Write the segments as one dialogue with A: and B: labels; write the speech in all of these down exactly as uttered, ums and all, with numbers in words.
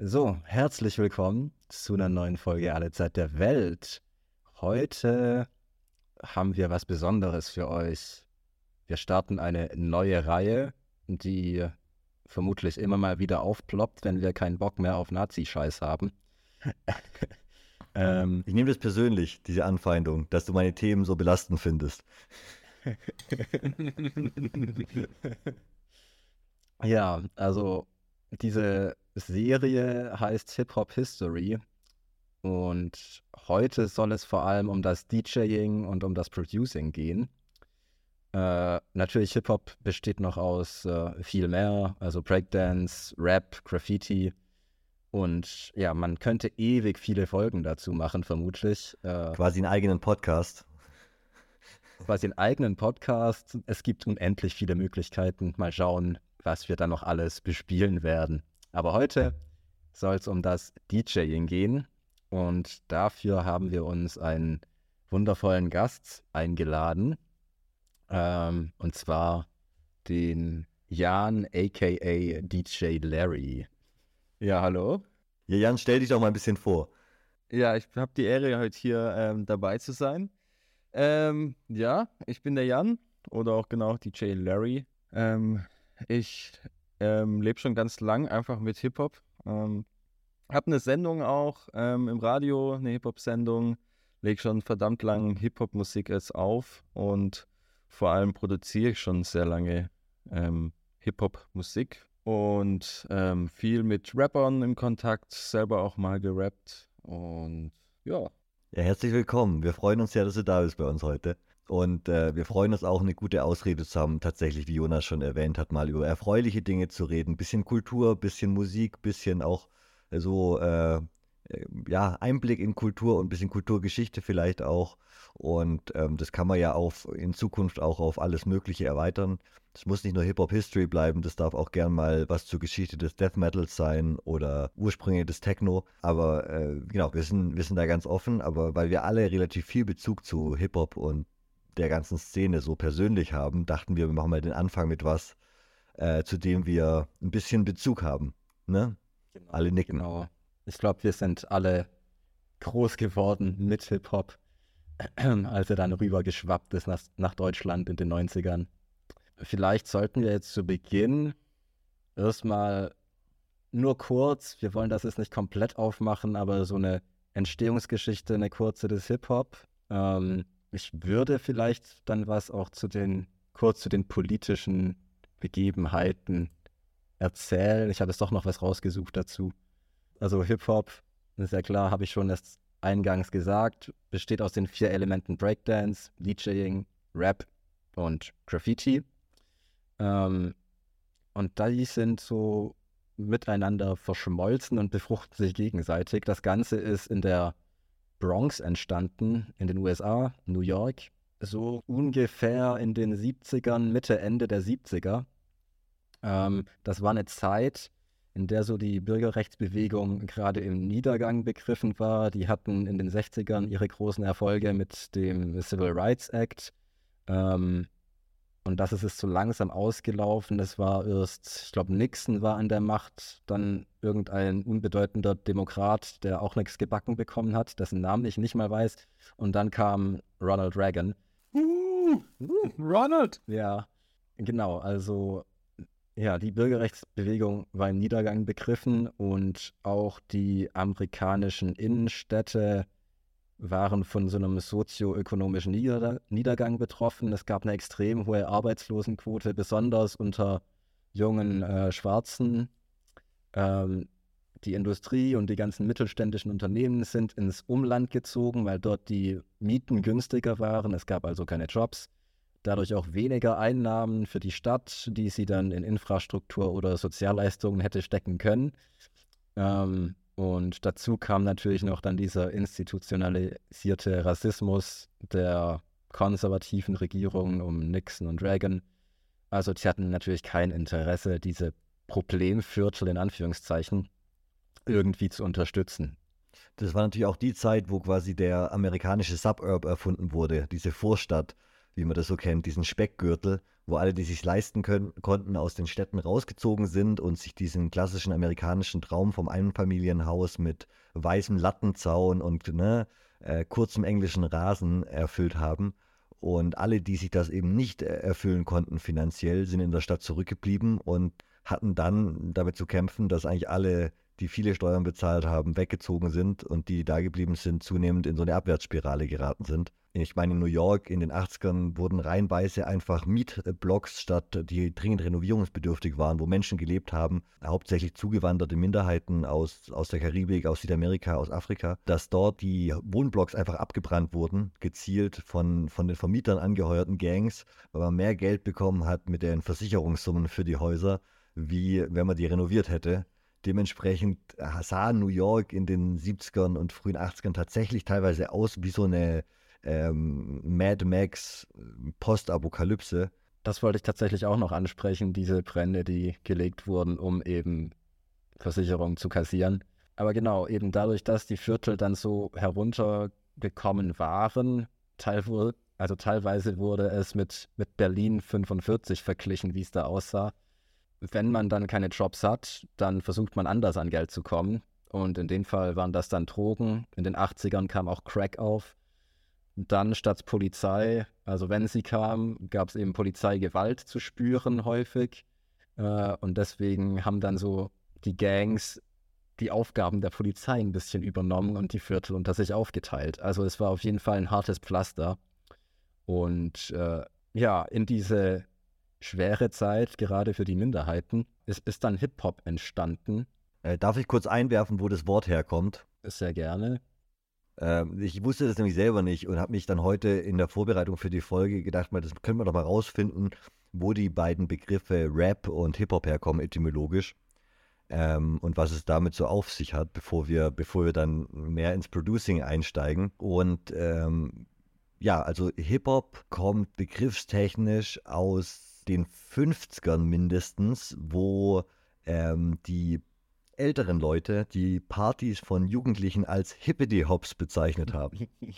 A: So, herzlich willkommen zu einer neuen Folge Alle Zeit der Welt. Heute haben wir was Besonderes für euch. Wir starten eine neue Reihe, die vermutlich immer mal wieder aufploppt, wenn wir keinen Bock mehr auf Nazi-Scheiß haben.
B: ähm, ich nehme das persönlich, diese Anfeindung, dass du meine Themen so belastend findest.
A: Ja, also diese Serie heißt Hip-Hop History und heute soll es vor allem um das DJing und um das Producing gehen. Äh, natürlich Hip-Hop besteht noch aus äh, viel mehr, also Breakdance, Rap, Graffiti und ja, man könnte ewig viele Folgen dazu machen, vermutlich.
B: Äh, Quasi einen eigenen Podcast.
A: Quasi einen eigenen Podcast. Es gibt unendlich viele Möglichkeiten. Mal schauen, was wir dann noch alles bespielen werden. Aber heute soll es um das DJing gehen und dafür haben wir uns einen wundervollen Gast eingeladen, ähm, und zwar den Jan aka D J Larry.
C: Ja, hallo.
B: Ja, Jan, stell dich doch mal ein bisschen vor.
C: Ja, ich habe die Ehre, heute hier ähm, dabei zu sein. Ähm, ja, ich bin der Jan oder auch genau D J Larry. Ähm, ich ähm, lebe schon ganz lang einfach mit Hip-Hop. Ähm, habe eine Sendung auch ähm, im Radio, eine Hip-Hop-Sendung. Lege schon verdammt lang Hip-Hop-Musik jetzt auf und vor allem produziere ich schon sehr lange ähm, Hip-Hop-Musik und ähm, viel mit Rappern im Kontakt, selber auch mal gerappt und ja.
B: Ja, herzlich willkommen. Wir freuen uns sehr, dass du da bist bei uns heute. Und äh, wir freuen uns auch, eine gute Ausrede zu haben, tatsächlich, wie Jonas schon erwähnt hat, mal über erfreuliche Dinge zu reden. Bisschen Kultur, bisschen Musik, bisschen auch so, äh, ja, Einblick in Kultur und ein bisschen Kulturgeschichte vielleicht auch. Und ähm, das kann man ja auf, in Zukunft auch auf alles Mögliche erweitern. Es muss nicht nur Hip-Hop-History bleiben, das darf auch gern mal was zur Geschichte des Death Metals sein oder Ursprünge des Techno. Aber äh, genau, wir sind, wir sind da ganz offen, aber weil wir alle relativ viel Bezug zu Hip-Hop und der ganzen Szene so persönlich haben, dachten wir, wir machen mal den Anfang mit was, äh, zu dem wir ein bisschen Bezug haben. Ne?
A: Genau,
B: alle nicken.
A: Genau. Ich glaube, wir sind alle groß geworden mit Hip-Hop, als er dann rübergeschwappt ist nach, nach Deutschland in den neunzigern. Vielleicht sollten wir jetzt zu Beginn erstmal nur kurz, wir wollen das jetzt nicht komplett aufmachen, aber so eine Entstehungsgeschichte, eine kurze des Hip-Hop. Ähm, ich würde vielleicht dann was auch zu den, kurz zu den politischen Begebenheiten erzählen. Ich habe jetzt doch noch was rausgesucht dazu. Also Hip-Hop, ist ja klar, habe ich schon erst eingangs gesagt, besteht aus den vier Elementen Breakdance, DJing, Rap und Graffiti. Ähm, und die sind so miteinander verschmolzen und befruchten sich gegenseitig. Das Ganze ist in der Bronx entstanden, in den U S A, New York, so ungefähr in den siebzigern, Mitte, Ende der siebziger. Ähm, das war eine Zeit, in der so die Bürgerrechtsbewegung gerade im Niedergang begriffen war. Die hatten in den sechzigern ihre großen Erfolge mit dem Civil Rights Act. Ähm, und das ist es so langsam ausgelaufen. Das war erst, ich glaube, Nixon war an der Macht, dann irgendein unbedeutender Demokrat, der auch nichts gebacken bekommen hat, dessen Namen ich nicht mal weiß. Und dann kam Ronald Reagan.
C: Uh, uh, Ronald!
A: Ja, genau, also ja, die Bürgerrechtsbewegung war im Niedergang begriffen und auch die amerikanischen Innenstädte waren von so einem sozioökonomischen Nieder- Niedergang betroffen. Es gab eine extrem hohe Arbeitslosenquote, besonders unter jungen äh, Schwarzen. Ähm, die Industrie und die ganzen mittelständischen Unternehmen sind ins Umland gezogen, weil dort die Mieten günstiger waren. Es gab also keine Jobs. Dadurch auch weniger Einnahmen für die Stadt, die sie dann in Infrastruktur oder Sozialleistungen hätte stecken können. Ähm, und dazu kam natürlich noch dann dieser institutionalisierte Rassismus der konservativen Regierungen um Nixon und Reagan. Also sie hatten natürlich kein Interesse, diese Problemviertel in Anführungszeichen irgendwie zu unterstützen.
B: Das war natürlich auch die Zeit, wo quasi der amerikanische Suburb erfunden wurde, diese Vorstadt. wie man das so kennt, diesen Speckgürtel, wo alle, die sich leisten können, konnten, aus den Städten rausgezogen sind und sich diesen klassischen amerikanischen Traum vom Einfamilienhaus mit weißem Lattenzaun und ne, äh, kurzem englischen Rasen erfüllt haben. Und alle, die sich das eben nicht äh, erfüllen konnten finanziell, sind in der Stadt zurückgeblieben und hatten dann damit zu kämpfen, dass eigentlich alle, die viele Steuern bezahlt haben, weggezogen sind und die, die da geblieben sind, zunehmend in so eine Abwärtsspirale geraten sind. Ich meine, in New York in den achtzigern wurden reihenweise einfach Mietblocks statt, die dringend renovierungsbedürftig waren, wo Menschen gelebt haben, hauptsächlich zugewanderte Minderheiten aus, aus der Karibik, aus Südamerika, aus Afrika, dass dort die Wohnblocks einfach abgebrannt wurden, gezielt von, von den Vermietern angeheuerten Gangs, weil man mehr Geld bekommen hat mit den Versicherungssummen für die Häuser, wie wenn man die renoviert hätte. Dementsprechend sah New York in den siebzigern und frühen achtzigern tatsächlich teilweise aus wie so eine ähm, Mad Max Postapokalypse.
A: Das wollte ich tatsächlich auch noch ansprechen, diese Brände, die gelegt wurden, um eben Versicherungen zu kassieren. Aber genau, eben dadurch, dass die Viertel dann so heruntergekommen waren, teilweise, also teilweise wurde es mit, mit Berlin fünfundvierzig verglichen, wie es da aussah. Wenn man dann keine Jobs hat, dann versucht man anders an Geld zu kommen. Und in dem Fall waren das dann Drogen. In den achtzigern kam auch Crack auf. Dann statt Polizei, also wenn sie kam, gab es eben Polizeigewalt zu spüren häufig. Äh, und deswegen haben dann so die Gangs die Aufgaben der Polizei ein bisschen übernommen und die Viertel unter sich aufgeteilt. Also es war auf jeden Fall ein hartes Pflaster. Und äh, ja, in diese schwere Zeit, gerade für die Minderheiten, ist, ist dann Hip-Hop entstanden.
B: Äh, darf ich kurz einwerfen, wo das Wort herkommt?
A: Sehr gerne.
B: Ähm, ich wusste das nämlich selber nicht und habe mich dann heute in der Vorbereitung für die Folge gedacht, mal, das können wir doch mal rausfinden, wo die beiden Begriffe Rap und Hip-Hop herkommen, etymologisch. Ähm, und was es damit so auf sich hat, bevor wir, bevor wir dann mehr ins Producing einsteigen. Und ähm, ja, also Hip-Hop kommt begriffstechnisch aus den fünfzigern mindestens, wo ähm, die älteren Leute die Partys von Jugendlichen als Hippity-Hops bezeichnet haben.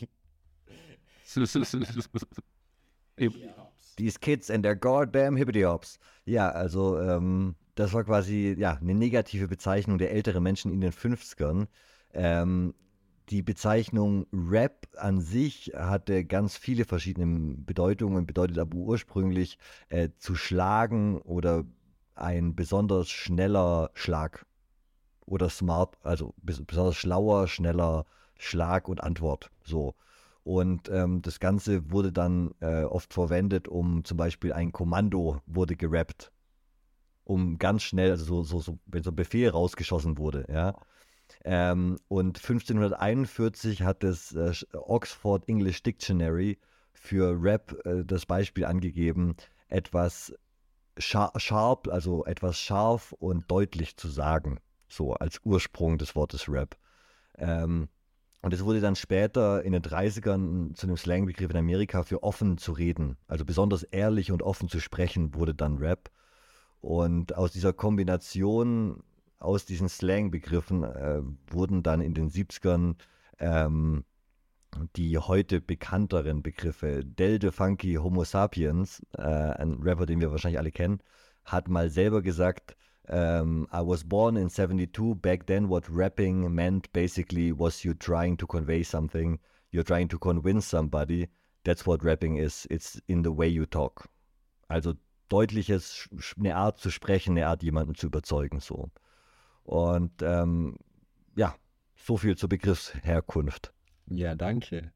B: These kids and their goddamn Hippity-Hops. Ja, also ähm, das war quasi ja, eine negative Bezeichnung der älteren Menschen in den fünfzigern. Ähm, die Bezeichnung Rap an sich hatte ganz viele verschiedene Bedeutungen und bedeutet aber ursprünglich äh, zu schlagen oder ein besonders schneller Schlag. Oder smart, also besonders schlauer, schneller Schlag und Antwort. So. Und ähm, das Ganze wurde dann äh, oft verwendet, um zum Beispiel ein Kommando wurde gerappt. Um ganz schnell, also so, so, so wenn so ein Befehl rausgeschossen wurde, ja. Ähm, und fünfzehnhunderteinundvierzig hat das äh, Oxford English Dictionary für Rap äh, das Beispiel angegeben, etwas sharp, sharp, also etwas scharf und deutlich zu sagen. So als Ursprung des Wortes Rap. Ähm, und es wurde dann später in den dreißigern zu einem Slangbegriff in Amerika für offen zu reden. Also besonders ehrlich und offen zu sprechen wurde dann Rap. Und aus dieser Kombination, aus diesen Slangbegriffen äh, wurden dann in den siebzigern ähm, die heute bekannteren Begriffe. Del de Funky Homo Sapiens, äh, ein Rapper, den wir wahrscheinlich alle kennen, hat mal selber gesagt, Um, I was born in seventy-two. Back then what rapping meant basically was you trying to convey something. You're trying to convince somebody. That's what rapping is. It's in the way you talk. Also deutliches, eine Art zu sprechen, eine Art jemanden zu überzeugen. So. Und ähm, ja, so viel zur Begriffsherkunft.
A: Ja, danke.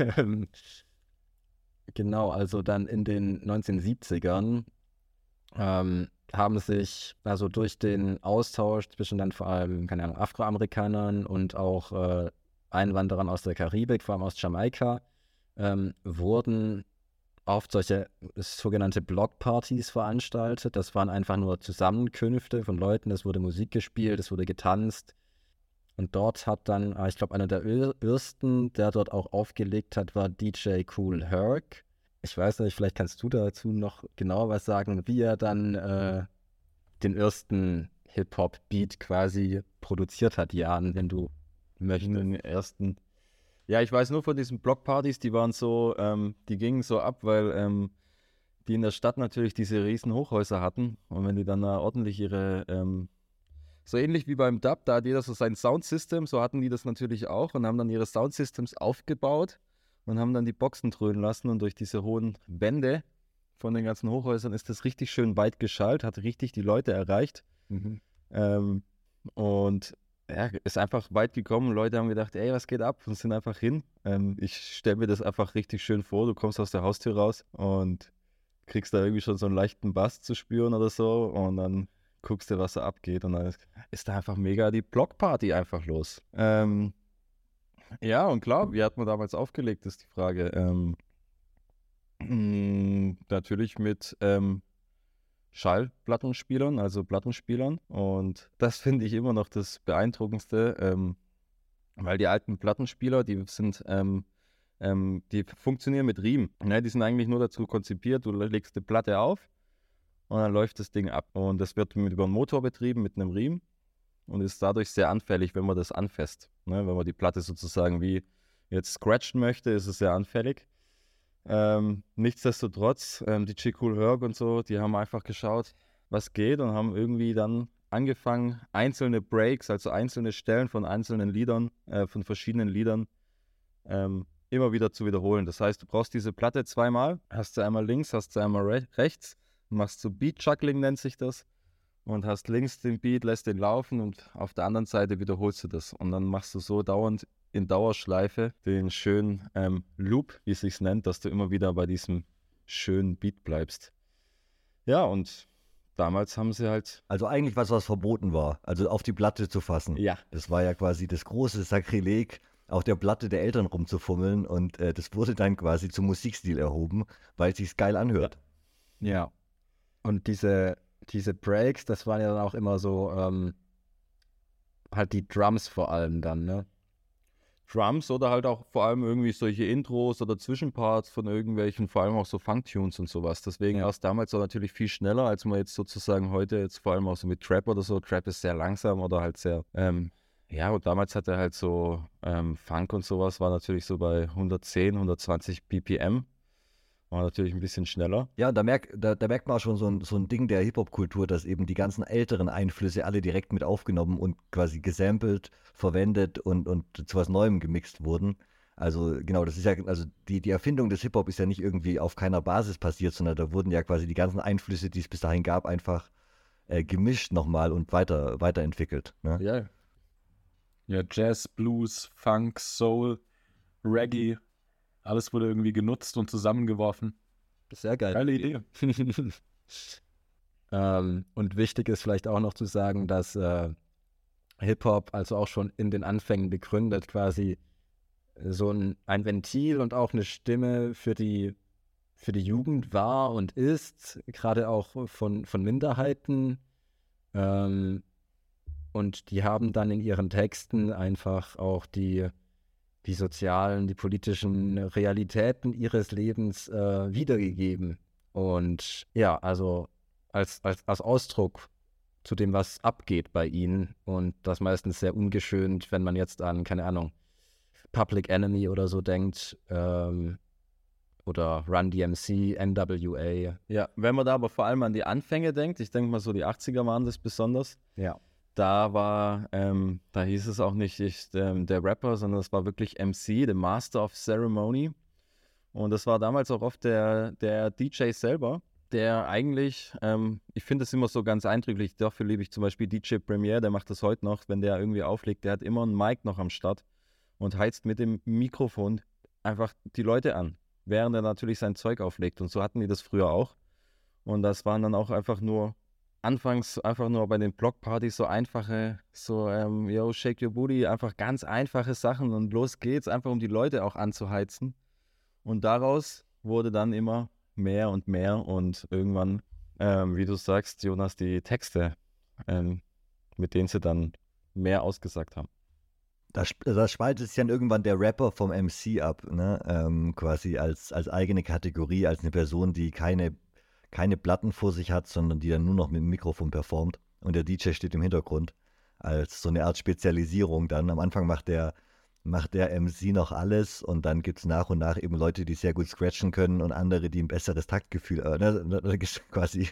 A: Genau, also dann in den neunzehnhundertsiebzigern ähm, haben sich also durch den Austausch zwischen dann vor allem, keine Ahnung, Afroamerikanern und auch äh, Einwanderern aus der Karibik, vor allem aus Jamaika, ähm, wurden oft solche sogenannte Blockpartys veranstaltet. Das waren einfach nur Zusammenkünfte von Leuten, es wurde Musik gespielt, es wurde getanzt. Und dort hat dann, ich glaube, einer der ersten, der dort auch aufgelegt hat, war D J Kool Herc. Ich weiß nicht, vielleicht kannst du dazu noch genauer was sagen, wie er dann äh, den ersten Hip-Hop-Beat quasi produziert hat, Jan, wenn du möchtest.
C: Den ersten. Ja, ich weiß nur von diesen Blockpartys, die waren so, ähm, die gingen so ab, weil ähm, die in der Stadt natürlich diese riesen Hochhäuser hatten. Und wenn die dann da ordentlich ihre, ähm, so ähnlich wie beim Dub, da hat jeder so sein Soundsystem, so hatten die das natürlich auch und haben dann ihre Soundsystems aufgebaut und haben dann die Boxen dröhnen lassen. Und durch diese hohen Wände von den ganzen Hochhäusern ist das richtig schön weit geschallt, hat richtig die Leute erreicht.
A: Mhm.
C: Ähm, und ja, ist einfach weit gekommen. Leute haben gedacht, ey, was geht ab? Und sind einfach hin. Ähm, ich stelle mir das einfach richtig schön vor. Du kommst aus der Haustür raus und kriegst da irgendwie schon so einen leichten Bass zu spüren oder so. Und dann guckst du, was da abgeht. Und dann ist, ist da einfach mega die Blockparty einfach los. Ähm, ja, und klar, wie hat man damals aufgelegt, ist die Frage. Ähm, mh, natürlich mit ähm, Schallplattenspielern, also Plattenspielern. Und das finde ich immer noch das Beeindruckendste, ähm, weil die alten Plattenspieler, die sind, ähm, ähm, die funktionieren mit Riemen. Ne? Die sind eigentlich nur dazu konzipiert, du legst eine Platte auf und dann läuft das Ding ab. Und das wird mit über einen Motor betrieben mit einem Riemen und ist dadurch sehr anfällig, wenn man das anfasst. Ne? Wenn man die Platte sozusagen wie jetzt scratchen möchte, ist es sehr anfällig. Ähm, nichtsdestotrotz, ähm, die J. Cool Herc und so, die haben einfach geschaut, was geht und haben irgendwie dann angefangen, einzelne Breaks, also einzelne Stellen von einzelnen Liedern, äh, von verschiedenen Liedern, ähm, immer wieder zu wiederholen. Das heißt, du brauchst diese Platte zweimal, hast sie einmal links, hast sie einmal re- rechts, machst so Beat-Juggling nennt sich das und hast links den Beat, lässt den laufen und auf der anderen Seite wiederholst du das und dann machst du so dauernd in Dauerschleife den schönen ähm, Loop, wie es sich nennt, dass du immer wieder bei diesem schönen Beat bleibst. Ja, und damals haben sie halt...
B: Also eigentlich was, was verboten war, also auf die Platte zu fassen.
C: Ja.
B: Das war ja quasi das große Sakrileg, auf der Platte der Eltern rumzufummeln und äh, das wurde dann quasi zum Musikstil erhoben, weil es sich geil anhört.
A: Ja. Und diese, diese Breaks, das waren ja dann auch immer so, ähm, halt die Drums vor allem dann, ne?
C: Drums oder halt auch vor allem irgendwie solche Intros oder Zwischenparts von irgendwelchen, vor allem auch so Funktunes und sowas. Deswegen
A: Ja.
C: war es damals auch natürlich viel schneller, als man jetzt sozusagen heute jetzt vor allem auch so mit Trap oder so. Trap ist sehr langsam oder halt sehr, ähm, ja, und damals hat er halt so ähm, Funk und sowas, war natürlich so bei hundertzehn, hundertzwanzig B P M. War natürlich ein bisschen schneller.
B: Ja, da, merk, da, da merkt man auch schon so ein, so ein Ding der Hip-Hop-Kultur, dass eben die ganzen älteren Einflüsse alle direkt mit aufgenommen und quasi gesampelt, verwendet und, und zu was Neuem gemixt wurden. Also genau, das ist ja, also die, die Erfindung des Hip-Hop ist ja nicht irgendwie auf keiner Basis passiert, sondern da wurden ja quasi die ganzen Einflüsse, die es bis dahin gab, einfach äh, gemischt nochmal und weiter, weiterentwickelt. Ne?
C: Ja.
D: Ja, Jazz, Blues, Funk, Soul, Reggae, alles wurde irgendwie genutzt und zusammengeworfen.
A: Sehr geil.
D: Geile Idee.
A: ähm, und wichtig ist vielleicht auch noch zu sagen, dass äh, Hip-Hop, also auch schon in den Anfängen begründet, quasi so ein, ein Ventil und auch eine Stimme für die, für die Jugend war und ist, gerade auch von, von Minderheiten. Ähm, und die haben dann in ihren Texten einfach auch die, die sozialen, die politischen Realitäten ihres Lebens äh, wiedergegeben. Und ja, also als, als, als Ausdruck zu dem, was abgeht bei ihnen. Und das meistens sehr ungeschönt, wenn man jetzt an, keine Ahnung, Public Enemy oder so denkt, ähm, oder Run D M C, N W A.
C: Ja, wenn man da aber vor allem an die Anfänge denkt, ich denke mal so die achtziger waren das besonders,
A: Ja.
C: da war, ähm, da hieß es auch nicht ich, ähm, der Rapper, sondern es war wirklich M C, the Master of Ceremony. Und das war damals auch oft der, der D J selber, der eigentlich, ähm, ich finde das immer so ganz eindrücklich, dafür liebe ich zum Beispiel D J Premier, der macht das heute noch, wenn der irgendwie auflegt, der hat immer ein Mic noch am Start und heizt mit dem Mikrofon einfach die Leute an, während er natürlich sein Zeug auflegt. Und so hatten die das früher auch. Und das waren dann auch einfach nur, anfangs einfach nur bei den Blockpartys so einfache, so, ähm, yo, shake your booty, einfach ganz einfache Sachen und los geht's, einfach um die Leute auch anzuheizen. Und daraus wurde dann immer mehr und mehr und irgendwann, ähm, wie du sagst, Jonas, die Texte, ähm, mit denen sie dann mehr ausgesagt haben.
B: Da, da spaltet sich dann irgendwann der Rapper vom M C ab, ne? ähm, quasi als, als eigene Kategorie, als eine Person, die keine, keine Platten vor sich hat, sondern die dann nur noch mit dem Mikrofon performt und der D J steht im Hintergrund als so eine Art Spezialisierung dann. Am Anfang macht der macht der M C noch alles und dann gibt es nach und nach eben Leute, die sehr gut scratchen können und andere, die ein besseres Taktgefühl, äh, ne, da gibt es quasi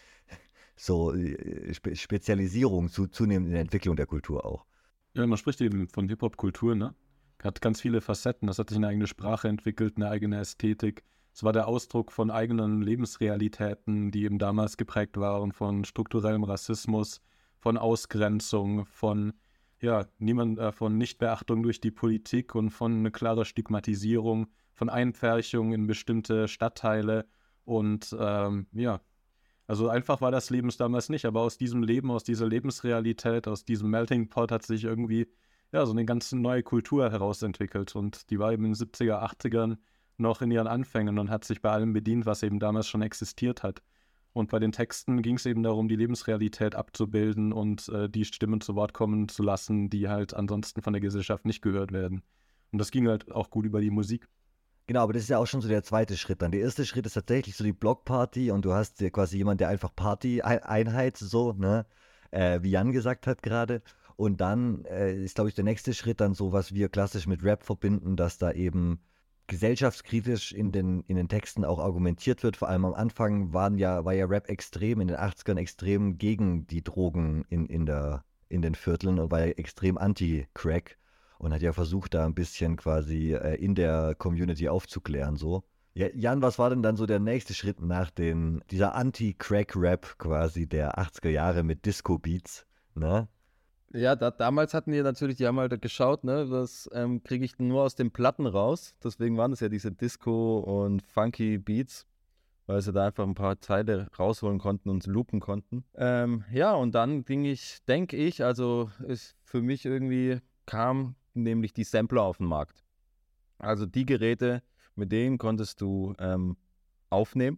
B: so äh, Spe Spezialisierung zu, zunehmend in der Entwicklung der Kultur auch.
D: Ja, man spricht eben von Hip-Hop-Kultur, ne? Hat ganz viele Facetten. Das hat sich eine eigene Sprache entwickelt, eine eigene Ästhetik. Es war der Ausdruck von eigenen Lebensrealitäten, die eben damals geprägt waren, von strukturellem Rassismus, von Ausgrenzung, von ja, niemand, äh, von Nichtbeachtung durch die Politik und von eine klare Stigmatisierung, von Einpferchung in bestimmte Stadtteile. Und ähm, ja, also einfach war das Leben damals nicht, aber aus diesem Leben, aus dieser Lebensrealität, aus diesem Melting Pot hat sich irgendwie ja so eine ganz neue Kultur herausentwickelt. Und die war eben in den siebziger, achtzigern noch in ihren Anfängen und hat sich bei allem bedient, was eben damals schon existiert hat. Und bei den Texten ging es eben darum, die Lebensrealität abzubilden und äh, die Stimmen zu Wort kommen zu lassen, die halt ansonsten von der Gesellschaft nicht gehört werden. Und das ging halt auch gut über die Musik.
B: Genau, aber das ist ja auch schon so der zweite Schritt dann. Der erste Schritt ist tatsächlich so die Blockparty und du hast ja quasi jemand, der einfach Party-Einheit, so, ne, äh, wie Jan gesagt hat gerade. Und dann äh, ist, glaube ich, der nächste Schritt dann so, was wir klassisch mit Rap verbinden, dass da eben gesellschaftskritisch in den, in den Texten auch argumentiert wird. Vor allem am Anfang waren ja, war ja Rap extrem, in den achtzigern extrem gegen die Drogen in, in, der, in den Vierteln und war ja extrem anti-Crack und hat ja versucht, da ein bisschen quasi äh, in der Community aufzuklären. So. Ja, Jan, was war denn dann so der nächste Schritt nach den, dieser Anti-Crack-Rap quasi der achtziger Jahre mit Disco-Beats, ne?
C: Ja, da, damals hatten die natürlich, die haben halt geschaut, ne, was ähm, kriege ich denn nur aus den Platten raus. Deswegen waren es ja diese Disco- und Funky-Beats, weil sie da einfach ein paar Teile rausholen konnten und loopen konnten. Ähm, ja, und dann ging ich, denke ich, also ist für mich irgendwie kam nämlich die Sampler auf den Markt. Also die Geräte, mit denen konntest du ähm, aufnehmen,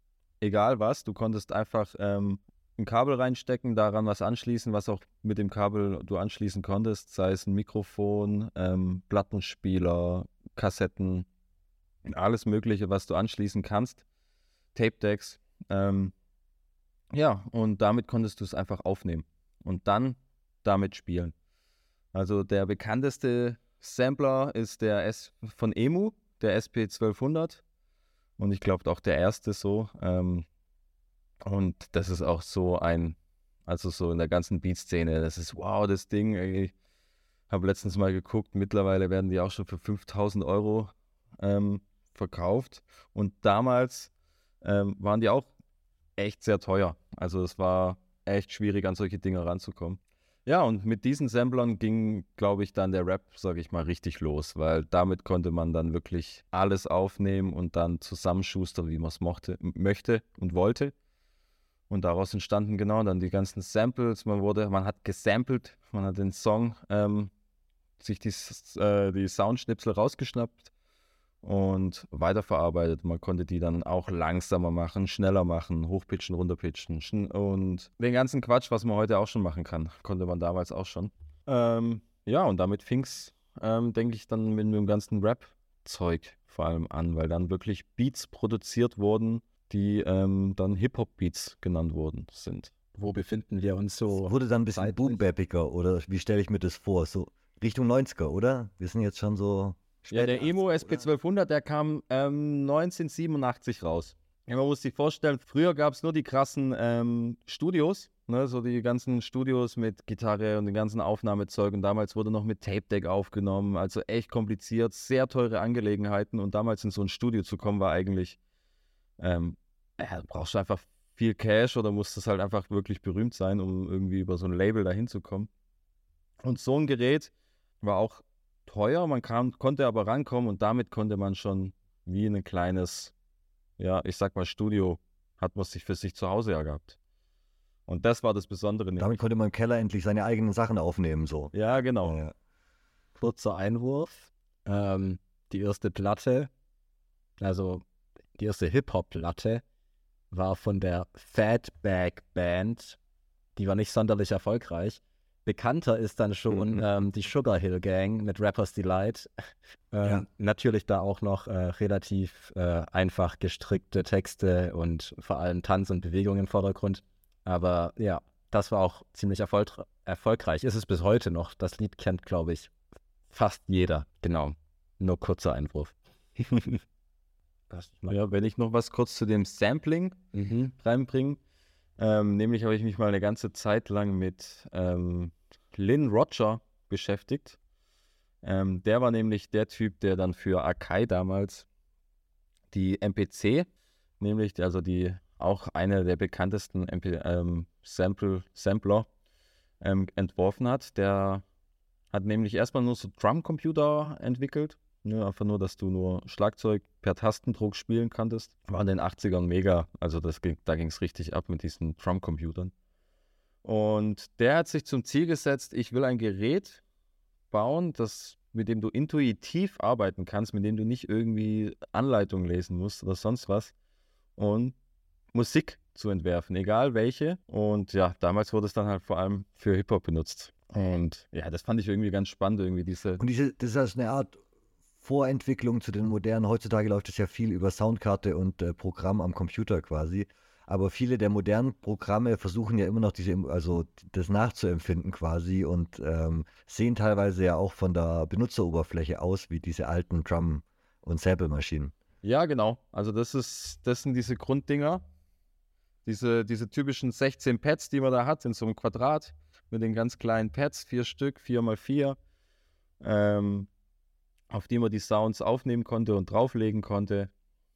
C: egal was. Du konntest einfach ähm, ein Kabel reinstecken, daran was anschließen, was auch mit dem Kabel du anschließen konntest, sei es ein Mikrofon, ähm, Plattenspieler, Kassetten, alles Mögliche, was du anschließen kannst, Tape-Decks. Ähm, ja, und damit konntest du es einfach aufnehmen und dann damit spielen. Also der bekannteste Sampler ist der S von Emu, der S P zwölfhundert und ich glaube auch der erste so. Ähm, Und das ist auch so ein, also so in der ganzen Beat-Szene, das ist wow, das Ding. Ich habe letztens mal geguckt, mittlerweile werden die auch schon für fünftausend Euro ähm, verkauft. Und damals ähm, waren die auch echt sehr teuer. Also es war echt schwierig, an solche Dinge ranzukommen. Ja, und mit diesen Samplern ging, glaube ich, dann der Rap, sage ich mal, richtig los, weil damit konnte man dann wirklich alles aufnehmen und dann zusammenschustern, wie man es möchte und wollte. Und daraus entstanden genau dann die ganzen Samples. Man wurde, man hat gesampelt, man hat den Song, ähm, sich die, äh, die Soundschnipsel rausgeschnappt und weiterverarbeitet. Man konnte die dann auch langsamer machen, schneller machen, hochpitchen, runterpitchen schn- und den ganzen Quatsch, was man heute auch schon machen kann, konnte man damals auch schon. Ähm, ja, und damit fing es, ähm, denke ich, dann mit dem ganzen Rap-Zeug vor allem an, weil dann wirklich Beats produziert wurden, die ähm, dann Hip-Hop-Beats genannt worden sind.
A: Wo befinden wir uns so?
B: Wurde dann ein bisschen
A: zeitlich?
B: boom-bappiger oder wie stelle ich mir das vor? So Richtung neunziger, oder? Wir sind jetzt schon so
C: Ja, der
B: spät
C: Emo
B: achtziger,
C: S P zwölfhundert, der kam ähm, neunzehnhundertsiebenundachtzig raus. Ja, man muss sich vorstellen, früher gab es nur die krassen ähm, Studios, ne, so die ganzen Studios mit Gitarre und den ganzen Aufnahmezeug. Und damals wurde noch mit Tape-Deck aufgenommen, also echt kompliziert, sehr teure Angelegenheiten. Und damals in so ein Studio zu kommen, war eigentlich, ähm, ja, du brauchst einfach viel Cash oder musst es halt einfach wirklich berühmt sein, um irgendwie über so ein Label dahin zu kommen. Und so ein Gerät war auch teuer, man kam, konnte aber rankommen und damit konnte man schon wie ein kleines, ja, ich sag mal Studio, hat man sich für sich zu Hause ja gehabt. Und das war das Besondere.
B: Damit konnte man im Keller endlich seine eigenen Sachen aufnehmen, so.
C: Ja, genau.
B: Ja.
A: Kurzer Einwurf. Ähm, die erste Platte, also die erste Hip-Hop-Platte, war von der Fatback Band. Die war nicht sonderlich erfolgreich. Bekannter ist dann schon
B: Mhm.
A: ähm, die Sugar Hill Gang mit Rapper's Delight. ähm,
B: Ja.
A: Natürlich da auch noch äh, relativ äh, einfach gestrickte Texte und vor allem Tanz und Bewegung im Vordergrund. Aber ja, das war auch ziemlich erfolg erfolgreich. Ist es bis heute noch. Das Lied kennt, glaube ich, fast jeder, genau. Nur kurzer Einwurf.
C: Ja, wenn ich noch was kurz zu dem Sampling
A: Mhm.
C: reinbringe, ähm, nämlich habe ich mich mal eine ganze Zeit lang mit ähm, Lynn Roger beschäftigt. Ähm, der war nämlich der Typ, der dann für Akai damals die M P C, nämlich also die auch eine der bekanntesten M P, ähm, Sample, Sampler ähm, entworfen hat. Der hat nämlich erstmal nur so Drumcomputer entwickelt. Ne, einfach nur, dass du nur Schlagzeug per Tastendruck spielen konntest. War in den achtzigern mega. Also das ging, da ging es richtig ab mit diesen Drumcomputern. Und der hat sich zum Ziel gesetzt, ich will ein Gerät bauen, das, mit dem du intuitiv arbeiten kannst, mit dem du nicht irgendwie Anleitungen lesen musst oder sonst was. Und Musik zu entwerfen, egal welche. Und ja, damals wurde es dann halt vor allem für Hip-Hop benutzt. Und ja, das fand ich irgendwie ganz spannend, irgendwie diese...
B: Und diese, das ist also eine Art Vorentwicklung zu den modernen. Heutzutage läuft es ja viel über Soundkarte und äh, Programm am Computer quasi. Aber viele der modernen Programme versuchen ja immer noch diese, also das nachzuempfinden quasi und ähm, sehen teilweise ja auch von der Benutzeroberfläche aus wie diese alten Drum- und Sample-Maschinen.
C: Ja, genau. Also das ist, das sind diese Grunddinger, diese, diese typischen sechzehn Pads, die man da hat, in so einem Quadrat mit den ganz kleinen Pads, vier Stück, vier mal vier, ähm, auf die man die Sounds aufnehmen konnte und drauflegen konnte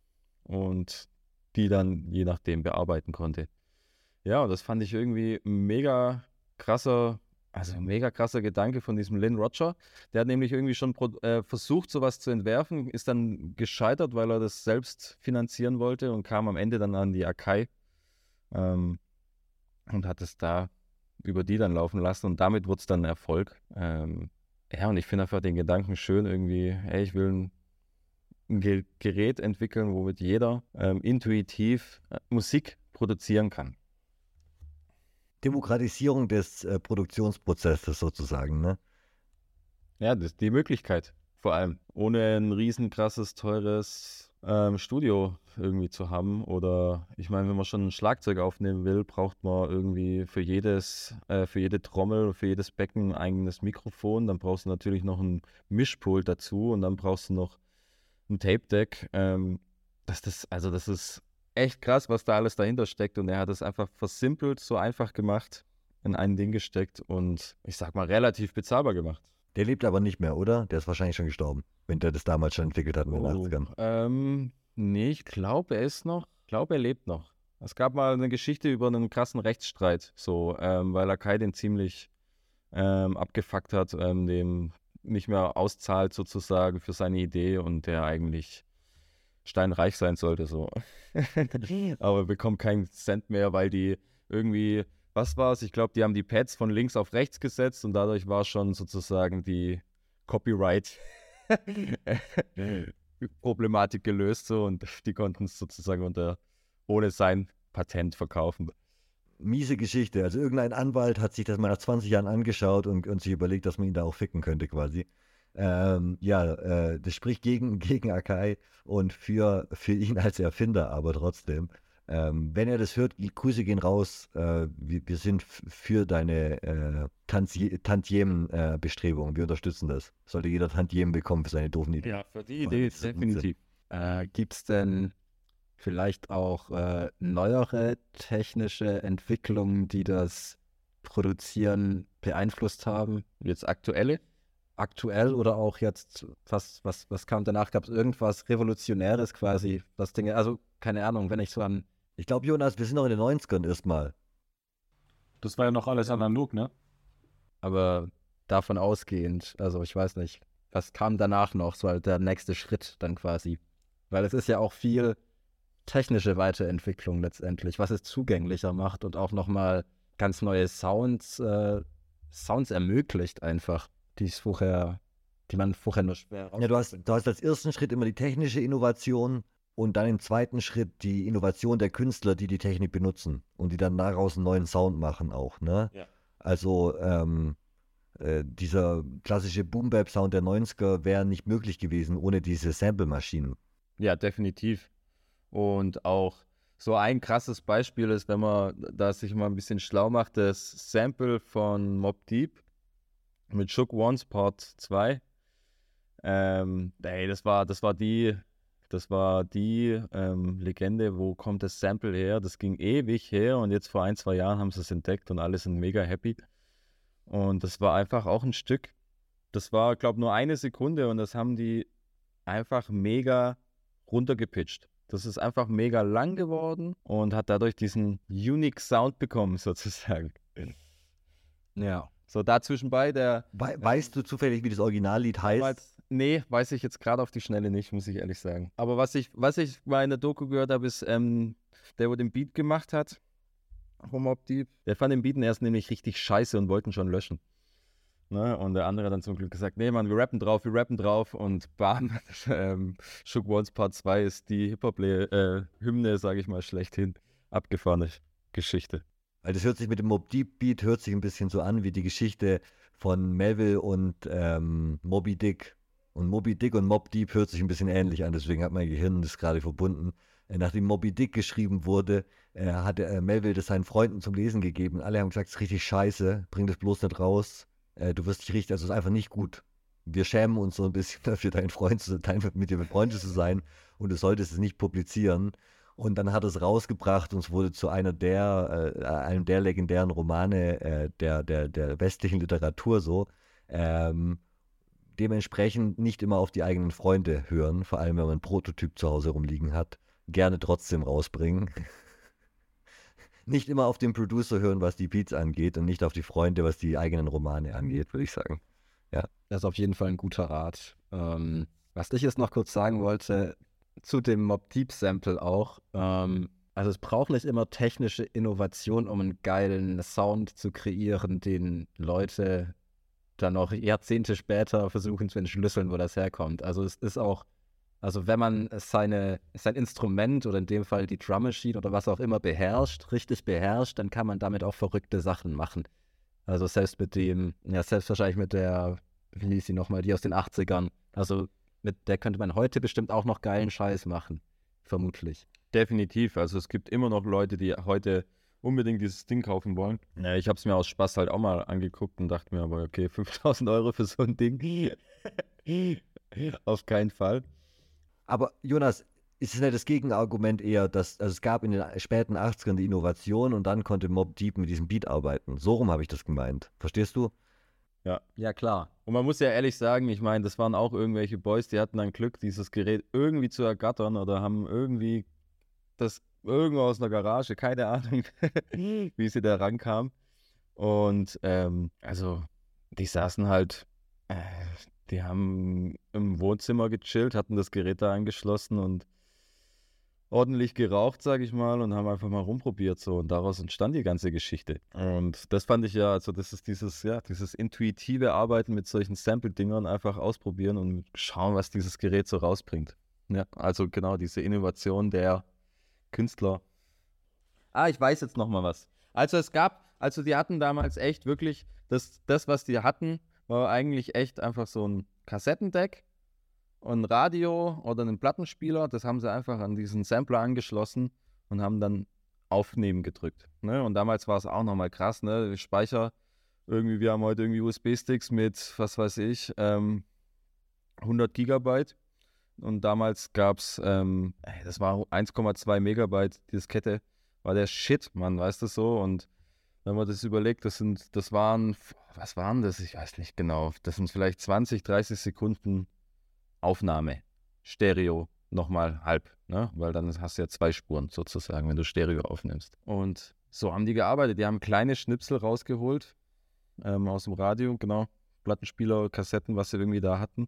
C: und die dann je nachdem bearbeiten konnte. Ja, und das fand ich irgendwie ein mega krasser, also ein mega krasser Gedanke von diesem Lynn Roger. Der hat nämlich irgendwie schon pro, äh, versucht, sowas zu entwerfen, ist dann gescheitert, weil er das selbst finanzieren wollte und kam am Ende dann an die Akai ähm, und hat es da über die dann laufen lassen und damit wurde es dann ein Erfolg. Ähm, ja, und ich finde einfach den Gedanken schön irgendwie, ey, ich will ein, ein Ge Gerät entwickeln, womit jeder ähm, intuitiv äh, Musik produzieren kann.
B: Demokratisierung des äh, Produktionsprozesses sozusagen, ne?
C: Ja, das ist die Möglichkeit, vor allem, ohne ein riesen krasses, teures ähm, Studio irgendwie zu haben. Oder ich meine, wenn man schon ein Schlagzeug aufnehmen will, braucht man irgendwie für jedes, äh, für jede Trommel, für jedes Becken ein eigenes Mikrofon. Dann brauchst du natürlich noch ein Mischpult dazu und dann brauchst du noch ein Tape-Deck. Ähm, das, das, also das ist echt krass, was da alles dahinter steckt. Und er hat es einfach versimpelt, so einfach gemacht, in ein Ding gesteckt und ich sag mal relativ bezahlbar gemacht.
B: Der lebt aber nicht mehr, oder? Der ist wahrscheinlich schon gestorben, wenn der das damals schon entwickelt hat in den
C: Oh,
B: achtzigern.
C: ähm, nee, ich glaube, er ist noch, ich glaube, er lebt noch. Es gab mal eine Geschichte über einen krassen Rechtsstreit, so, ähm, weil Akai den ziemlich ähm, abgefuckt hat, ähm, dem nicht mehr auszahlt sozusagen für seine Idee und der eigentlich steinreich sein sollte, so. Aber bekommt keinen Cent mehr, weil die irgendwie, was war es? Ich glaube, die haben die Pads von links auf rechts gesetzt und dadurch war schon sozusagen die Copyright Problematik gelöst so und die konnten es sozusagen unter ohne sein Patent verkaufen.
B: Miese Geschichte. Also irgendein Anwalt hat sich das mal nach zwanzig Jahren angeschaut und, und sich überlegt, dass man ihn da auch ficken könnte quasi. Ähm, ja, äh, das spricht gegen, gegen Akai und für, für ihn als Erfinder, aber trotzdem. Ähm, wenn er das hört, Grüße gehen raus. Äh, wir, wir sind f- für deine äh, Tanti- Tantiemen-Bestrebungen. Wir unterstützen das. Sollte jeder Tantiemen bekommen für seine doofen Ideen.
C: Ja, für die Idee definitiv.
A: Äh, Gibt es denn vielleicht auch äh, neuere technische Entwicklungen, die das Produzieren beeinflusst haben?
C: Jetzt aktuelle?
A: Aktuell oder auch jetzt, was, was, was kam danach? Gab es irgendwas Revolutionäres quasi? Was Dinge, also keine Ahnung, wenn ich so an.
B: Ich glaube, Jonas, wir sind noch in den neunzigern erstmal.
D: Das war ja noch alles analog, ne?
A: Aber davon ausgehend, also ich weiß nicht, was kam danach noch, so halt der nächste Schritt dann quasi? Weil es ist ja auch viel technische Weiterentwicklung letztendlich, was es zugänglicher macht und auch nochmal ganz neue Sounds, äh, Sounds ermöglicht einfach, die es vorher, die man vorher nur schwer
B: Ja, du hast, du hast als ersten Schritt immer die technische Innovation und dann im zweiten Schritt die Innovation der Künstler, die die Technik benutzen und die dann daraus einen neuen Sound machen auch, ne?
C: Ja.
B: Also ähm, äh, dieser klassische Boom-Bap-Sound der neunziger wäre nicht möglich gewesen ohne diese Sample-Maschinen.
C: Ja, definitiv. Und auch so ein krasses Beispiel ist, wenn man da sich mal ein bisschen schlau macht, das Sample von Mobb Deep mit Shook Ones Part zwei. Ähm, ey, das war, das war die, das war die ähm, Legende, wo kommt das Sample her? Das ging ewig her und jetzt vor ein, zwei Jahren haben sie es entdeckt und alle sind mega happy. Und das war einfach auch ein Stück, das war, glaube ich, nur eine Sekunde und das haben die einfach mega runtergepitcht. Das ist einfach mega lang geworden und hat dadurch diesen unique Sound bekommen, sozusagen.
A: Ja.
C: So dazwischen bei der...
B: We weißt du zufällig, wie das Originallied heißt?
C: Damals, nee, weiß ich jetzt gerade auf die Schnelle nicht, muss ich ehrlich sagen. Aber was ich, was ich mal in der Doku gehört habe, ist, ähm, der, wo den Beat gemacht hat, vom Mobb Deep, der fand den Beat erst nämlich richtig scheiße und wollten schon löschen. Ne? Und der andere hat dann zum Glück gesagt, nee Mann, wir rappen drauf, wir rappen drauf und bam, ähm, Shook Ones Part zwei ist die Hip-Hop-Hymne, sage ich mal, schlechthin. Abgefahrene Geschichte.
B: Weil das hört sich mit dem Mobb Deep Beat hört sich ein bisschen so an wie die Geschichte von Melville und ähm, Moby Dick. Und Moby Dick und Mobb Deep hört sich ein bisschen ähnlich an, deswegen hat mein Gehirn das gerade verbunden. Äh, nachdem Moby Dick geschrieben wurde, äh, hat äh, Melville das seinen Freunden zum Lesen gegeben. Alle haben gesagt, es ist richtig scheiße, bring das bloß nicht raus. Äh, du wirst dich richtig, also es ist einfach nicht gut. Wir schämen uns so ein bisschen dafür, dein Freund zu sein, mit dir befreundet zu sein und du solltest es nicht publizieren. Und dann hat es rausgebracht und es wurde zu einer der, äh, einem der legendären Romane äh, der, der, der westlichen Literatur so. Ähm, dementsprechend nicht immer auf die eigenen Freunde hören, vor allem wenn man einen Prototyp zu Hause rumliegen hat. Gerne trotzdem rausbringen. Nicht immer auf den Producer hören, was die Beats angeht und nicht auf die Freunde, was die eigenen Romane angeht, würde ich sagen. Ja.
A: Das ist auf jeden Fall ein guter Rat. Ähm, was ich jetzt noch kurz sagen wollte, zu dem Mobb Deep Sample auch. Ähm, also es braucht nicht immer technische Innovation, um einen geilen Sound zu kreieren, den Leute dann noch Jahrzehnte später versuchen zu entschlüsseln, wo das herkommt. Also es ist auch, also wenn man seine, sein Instrument oder in dem Fall die Drum Machine oder was auch immer beherrscht, richtig beherrscht, dann kann man damit auch verrückte Sachen machen. Also selbst mit dem, ja selbst wahrscheinlich mit der, wie hieß sie nochmal, die aus den achtzigern. Also mit der könnte man heute bestimmt auch noch geilen Scheiß machen. Vermutlich.
C: Definitiv. Also es gibt immer noch Leute, die heute unbedingt dieses Ding kaufen wollen. Ja, ich habe es mir aus Spaß halt auch mal angeguckt und dachte mir aber, okay, fünftausend Euro für so ein Ding? Auf keinen Fall.
B: Aber Jonas, ist es nicht das Gegenargument eher, dass also es gab in den späten achtzigern die Innovation und dann konnte Mobb Deep mit diesem Beat arbeiten. So rum habe ich das gemeint. Verstehst du?
C: Ja.
A: Ja, klar.
C: Und man muss ja ehrlich sagen, ich meine, das waren auch irgendwelche Boys, die hatten dann Glück, dieses Gerät irgendwie zu ergattern oder haben irgendwie das irgendwo aus einer Garage, keine Ahnung, wie sie da rankamen. Und ähm, also die saßen halt, äh, die haben im Wohnzimmer gechillt, hatten das Gerät da angeschlossen und ordentlich geraucht, sage ich mal, und haben einfach mal rumprobiert so und daraus entstand die ganze Geschichte. Und das fand ich ja, also das ist dieses, ja, dieses intuitive Arbeiten mit solchen Sample-Dingern, einfach ausprobieren und schauen, was dieses Gerät so rausbringt. Ja, also genau diese Innovation der Künstler. Ah, ich weiß jetzt noch mal was. Also es gab, also die hatten damals echt wirklich, das, das was die hatten, war eigentlich echt einfach so ein Kassettendeck, ein Radio oder einen Plattenspieler, das haben sie einfach an diesen Sampler angeschlossen und haben dann Aufnehmen gedrückt. Ne? Und damals war es auch nochmal krass, ne? Speicher, irgendwie, wir haben heute irgendwie U S B-Sticks mit, was weiß ich, ähm, hundert Gigabyte. Und damals gab es, ähm, das war eins Komma zwei Megabyte, die Diskette, war der Shit, man, weißt du so. Und wenn man das überlegt, das sind, das waren, was waren das? Ich weiß nicht genau. Das sind vielleicht zwanzig, dreißig Sekunden Aufnahme, Stereo, nochmal halb, ne? Weil dann hast du ja zwei Spuren sozusagen, wenn du Stereo aufnimmst. Und so haben die gearbeitet. Die haben kleine Schnipsel rausgeholt ähm, aus dem Radio, genau, Plattenspieler, Kassetten, was sie irgendwie da hatten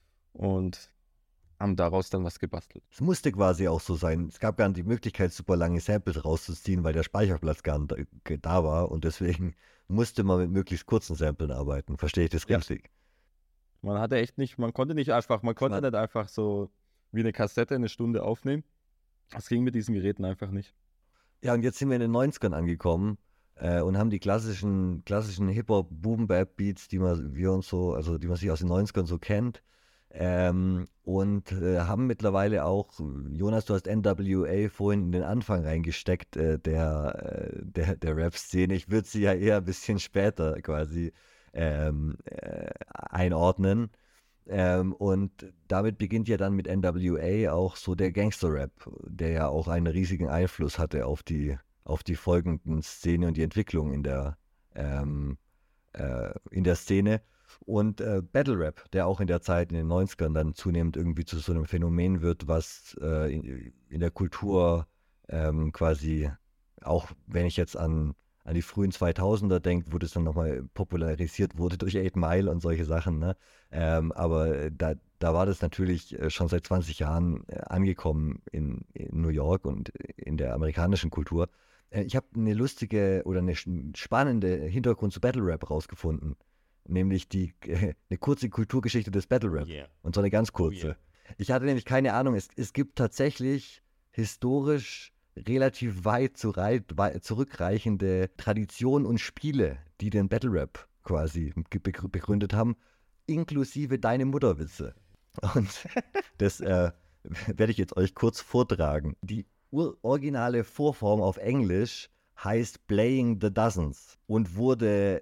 C: und haben daraus dann was gebastelt.
B: Es musste quasi auch so sein. Es gab gar nicht die Möglichkeit, super lange Samples rauszuziehen, weil der Speicherplatz gar nicht da war und deswegen musste man mit möglichst kurzen Samplen arbeiten. Verstehe ich das
C: Ja.
B: richtig?
C: Man hatte echt nicht, man konnte nicht einfach, man konnte
B: Man-
C: nicht einfach so wie eine Kassette eine Stunde aufnehmen. Das ging mit diesen Geräten einfach nicht.
B: Ja, und jetzt sind wir in den neunzigern angekommen äh, und haben die klassischen, klassischen Hip-Hop, Boom-Bap-Beats, die man, wir uns so, also die man sich aus den neunzigern so kennt. Ähm, und äh, haben mittlerweile auch, Jonas, du hast N W A vorhin in den Anfang reingesteckt, äh, der, äh, der, der Rap-Szene. Ich würde sie ja eher ein bisschen später quasi ähm, äh, einordnen. Ähm, und damit beginnt ja dann mit N W A auch so der Gangster-Rap, der ja auch einen riesigen Einfluss hatte auf die, auf die folgenden Szene und die Entwicklung in der, ähm, äh, in der Szene. Und äh, Battle Rap, der auch in der Zeit, in den neunzigern dann zunehmend irgendwie zu so einem Phänomen wird, was äh, in, in der Kultur ähm, quasi, auch wenn ich jetzt an, an die frühen zweitausender denke, wo das dann nochmal popularisiert wurde durch Eight Mile und solche Sachen, ne? Ähm, aber da, da war das natürlich äh, schon seit zwanzig Jahren äh, angekommen in, in New York und in der amerikanischen Kultur. Äh, ich habe eine lustige oder eine sch- spannende Hintergrund zu Battle Rap rausgefunden. Nämlich die, äh, eine kurze Kulturgeschichte des Battle Rap.
E: Yeah.
B: Und zwar eine ganz
E: Oh
B: kurze.
E: yeah.
B: Ich hatte nämlich keine Ahnung, es, es gibt tatsächlich historisch relativ weit, zu rei- wei- zurückreichende Traditionen und Spiele, die den Battle Rap quasi ge- begrü- begründet haben, inklusive Deine Mutterwitze. Und das äh, werde ich jetzt euch kurz vortragen. Die ur- originale Vorform auf Englisch heißt Playing the Dozens und wurde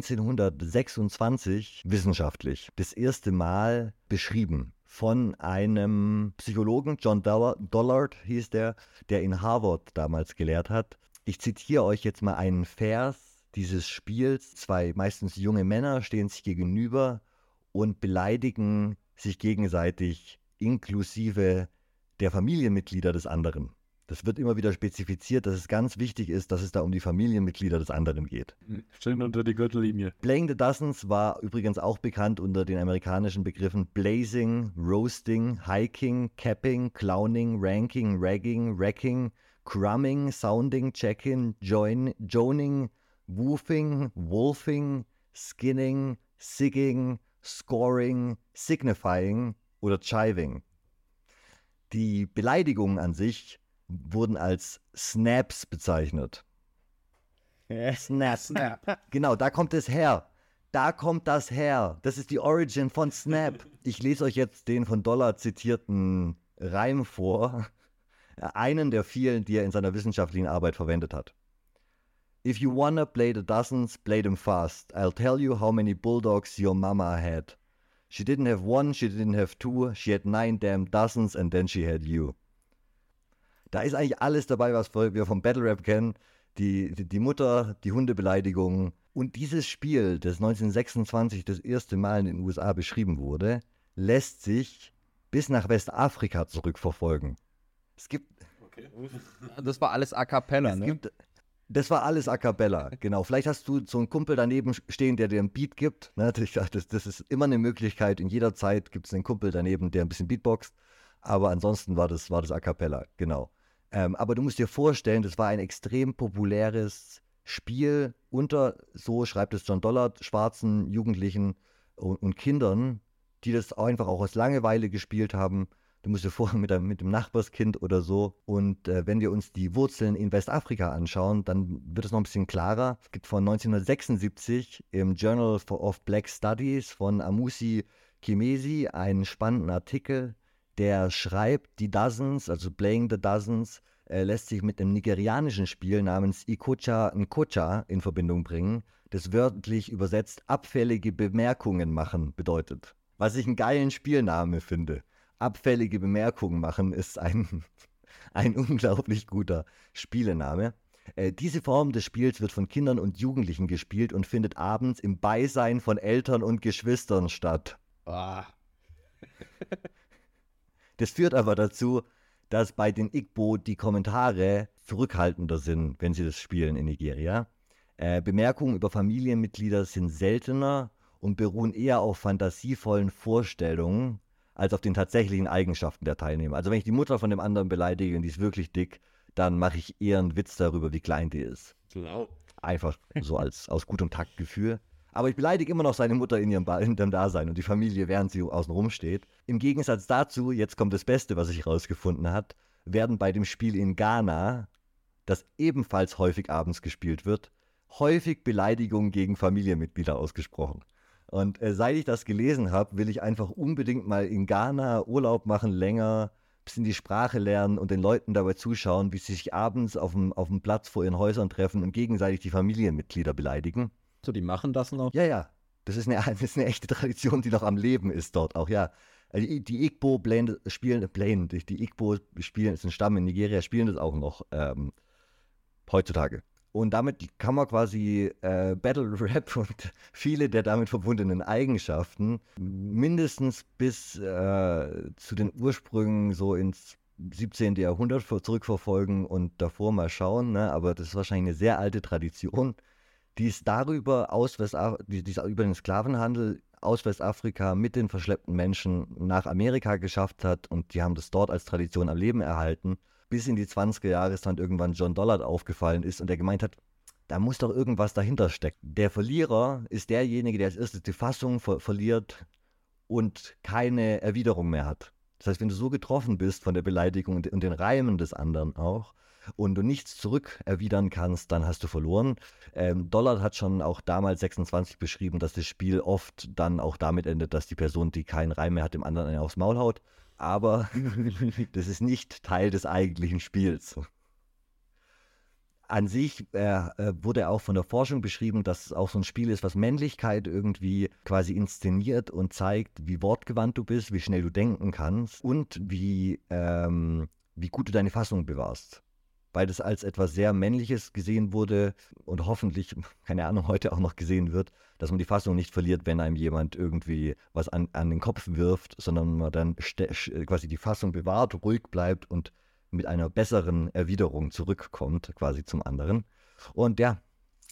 B: neunzehnhundertsechsundzwanzig wissenschaftlich das erste Mal beschrieben von einem Psychologen, John Dollard, Dollard hieß der, der in Harvard damals gelehrt hat. Ich zitiere euch jetzt mal einen Vers dieses Spiels. Zwei meistens junge Männer stehen sich gegenüber und beleidigen sich gegenseitig inklusive der Familienmitglieder des anderen. Das wird immer wieder spezifiziert, dass es ganz wichtig ist, dass es da um die Familienmitglieder des anderen geht.
D: Schön unter die Gürtellinie.
B: Playing the Dozens war übrigens auch bekannt unter den amerikanischen Begriffen Blazing, Roasting, Hiking, Capping, Clowning, Ranking, Ragging, Wrecking, Crumbing, Sounding, Checking, Join, Joning, Woofing, Wolfing, Skinning, Sigging, Scoring, Signifying oder Chiving. Die Beleidigungen an sich wurden als Snaps bezeichnet. Snap.
C: Snap.
B: Genau, da kommt es her. Da kommt das her. Das ist die Origin von Snap. Ich lese euch jetzt den von Dollar zitierten Reim vor. Einen der vielen, die er in seiner wissenschaftlichen Arbeit verwendet hat. If you wanna play the dozens, play them fast. I'll tell you how many bulldogs your mama had. She didn't have one, she didn't have two, she had nine damn dozens and then she had you. Da ist eigentlich alles dabei, was wir vom Battle Rap kennen. Die, die, die Mutter, die Hundebeleidigung. Und dieses Spiel, das neunzehnhundertsechsundzwanzig das erste Mal in den U S A beschrieben wurde, lässt sich bis nach Westafrika zurückverfolgen. Es gibt,
D: Okay.
C: Das war alles A Cappella,
B: es
C: ne?
B: gibt das war alles A Cappella, genau. Vielleicht hast du so einen Kumpel daneben stehen, der dir einen Beat gibt. Ne? Das, das ist immer eine Möglichkeit. In jeder Zeit gibt es einen Kumpel daneben, der ein bisschen Beatboxt. Aber ansonsten war das, war das A Cappella, genau. Ähm, aber du musst dir vorstellen, das war ein extrem populäres Spiel unter, so schreibt es John Dollard, schwarzen Jugendlichen und, und Kindern, die das einfach auch aus Langeweile gespielt haben. Du musst dir vorher mit, einem- mit dem Nachbarskind oder so. Und äh, wenn wir uns die Wurzeln in Westafrika anschauen, dann wird es noch ein bisschen klarer. Es gibt von neunzehnhundertsechsundsiebzig im Journal for- of Black Studies von Amusi Kimesi einen spannenden Artikel, der schreibt, die Dozens, also Playing the Dozens, äh, lässt sich mit einem nigerianischen Spiel namens Ikocha Nkocha in Verbindung bringen, das wörtlich übersetzt abfällige Bemerkungen machen bedeutet. Was ich einen geilen Spielname finde. Abfällige Bemerkungen machen ist ein, ein unglaublich guter Spielename. Äh, diese Form des Spiels wird von Kindern und Jugendlichen gespielt und findet abends im Beisein von Eltern und Geschwistern statt.
C: Ah.
B: Das führt aber dazu, dass bei den Igbo die Kommentare zurückhaltender sind, wenn sie das spielen in Nigeria. Äh, Bemerkungen über Familienmitglieder sind seltener und beruhen eher auf fantasievollen Vorstellungen als auf den tatsächlichen Eigenschaften der Teilnehmer. Also wenn ich die Mutter von dem anderen beleidige und die ist wirklich dick, dann mache ich eher einen Witz darüber, wie klein die ist.
E: Genau.
B: Einfach so als aus gutem Taktgefühl. Aber ich beleidige immer noch seine Mutter in ihrem, ba in ihrem Dasein und die Familie, während sie außen rum steht. Im Gegensatz dazu, jetzt kommt das Beste, was sich herausgefunden hat, werden bei dem Spiel in Ghana, das ebenfalls häufig abends gespielt wird, häufig Beleidigungen gegen Familienmitglieder ausgesprochen. Und äh, seit ich das gelesen habe, will ich einfach unbedingt mal in Ghana Urlaub machen, länger, ein bisschen die Sprache lernen und den Leuten dabei zuschauen, wie sie sich abends auf dem, auf dem Platz vor ihren Häusern treffen und gegenseitig die Familienmitglieder beleidigen.
A: So, die machen das noch.
B: Ja, ja. Das ist eine, das ist eine echte Tradition, die noch am Leben ist dort auch, ja. Also die, die Igbo Blaine spielen, Blaine, die Igbo spielen, ist ein Stamm in Nigeria, spielen das auch noch ähm, heutzutage. Und damit kann man quasi äh, Battle Rap und viele der damit verbundenen Eigenschaften mindestens bis äh, zu den Ursprüngen so ins siebzehnten. Jahrhundert zurückverfolgen und davor mal schauen. Ne? Aber das ist wahrscheinlich eine sehr alte Tradition, die es darüber aus Westaf- die, die es über den Sklavenhandel aus Westafrika mit den verschleppten Menschen nach Amerika geschafft hat. Und die haben das dort als Tradition am Leben erhalten. Bis in die zwanziger Jahre ist dann irgendwann John Dollard aufgefallen ist und der gemeint hat, da muss doch irgendwas dahinter stecken. Der Verlierer ist derjenige, der als erstes die Fassung ver- verliert und keine Erwiderung mehr hat. Das heißt, wenn du so getroffen bist von der Beleidigung und, und den Reimen des anderen auch und du nichts zurückerwidern kannst, dann hast du verloren. Ähm, Dollard hat schon auch damals sechsundzwanzig beschrieben, dass das Spiel oft dann auch damit endet, dass die Person, die keinen Reim mehr hat, dem anderen einen aufs Maul haut. Aber das ist nicht Teil des eigentlichen Spiels. An sich äh, wurde auch von der Forschung beschrieben, dass es auch so ein Spiel ist, was Männlichkeit irgendwie quasi inszeniert und zeigt, wie wortgewandt du bist, wie schnell du denken kannst und wie, ähm, wie gut du deine Fassung bewahrst. Weil das als etwas sehr Männliches gesehen wurde und hoffentlich, keine Ahnung, heute auch noch gesehen wird, dass man die Fassung nicht verliert, wenn einem jemand irgendwie was an, an den Kopf wirft, sondern man dann quasi die Fassung bewahrt, ruhig bleibt und mit einer besseren Erwiderung zurückkommt, quasi zum anderen. Und ja,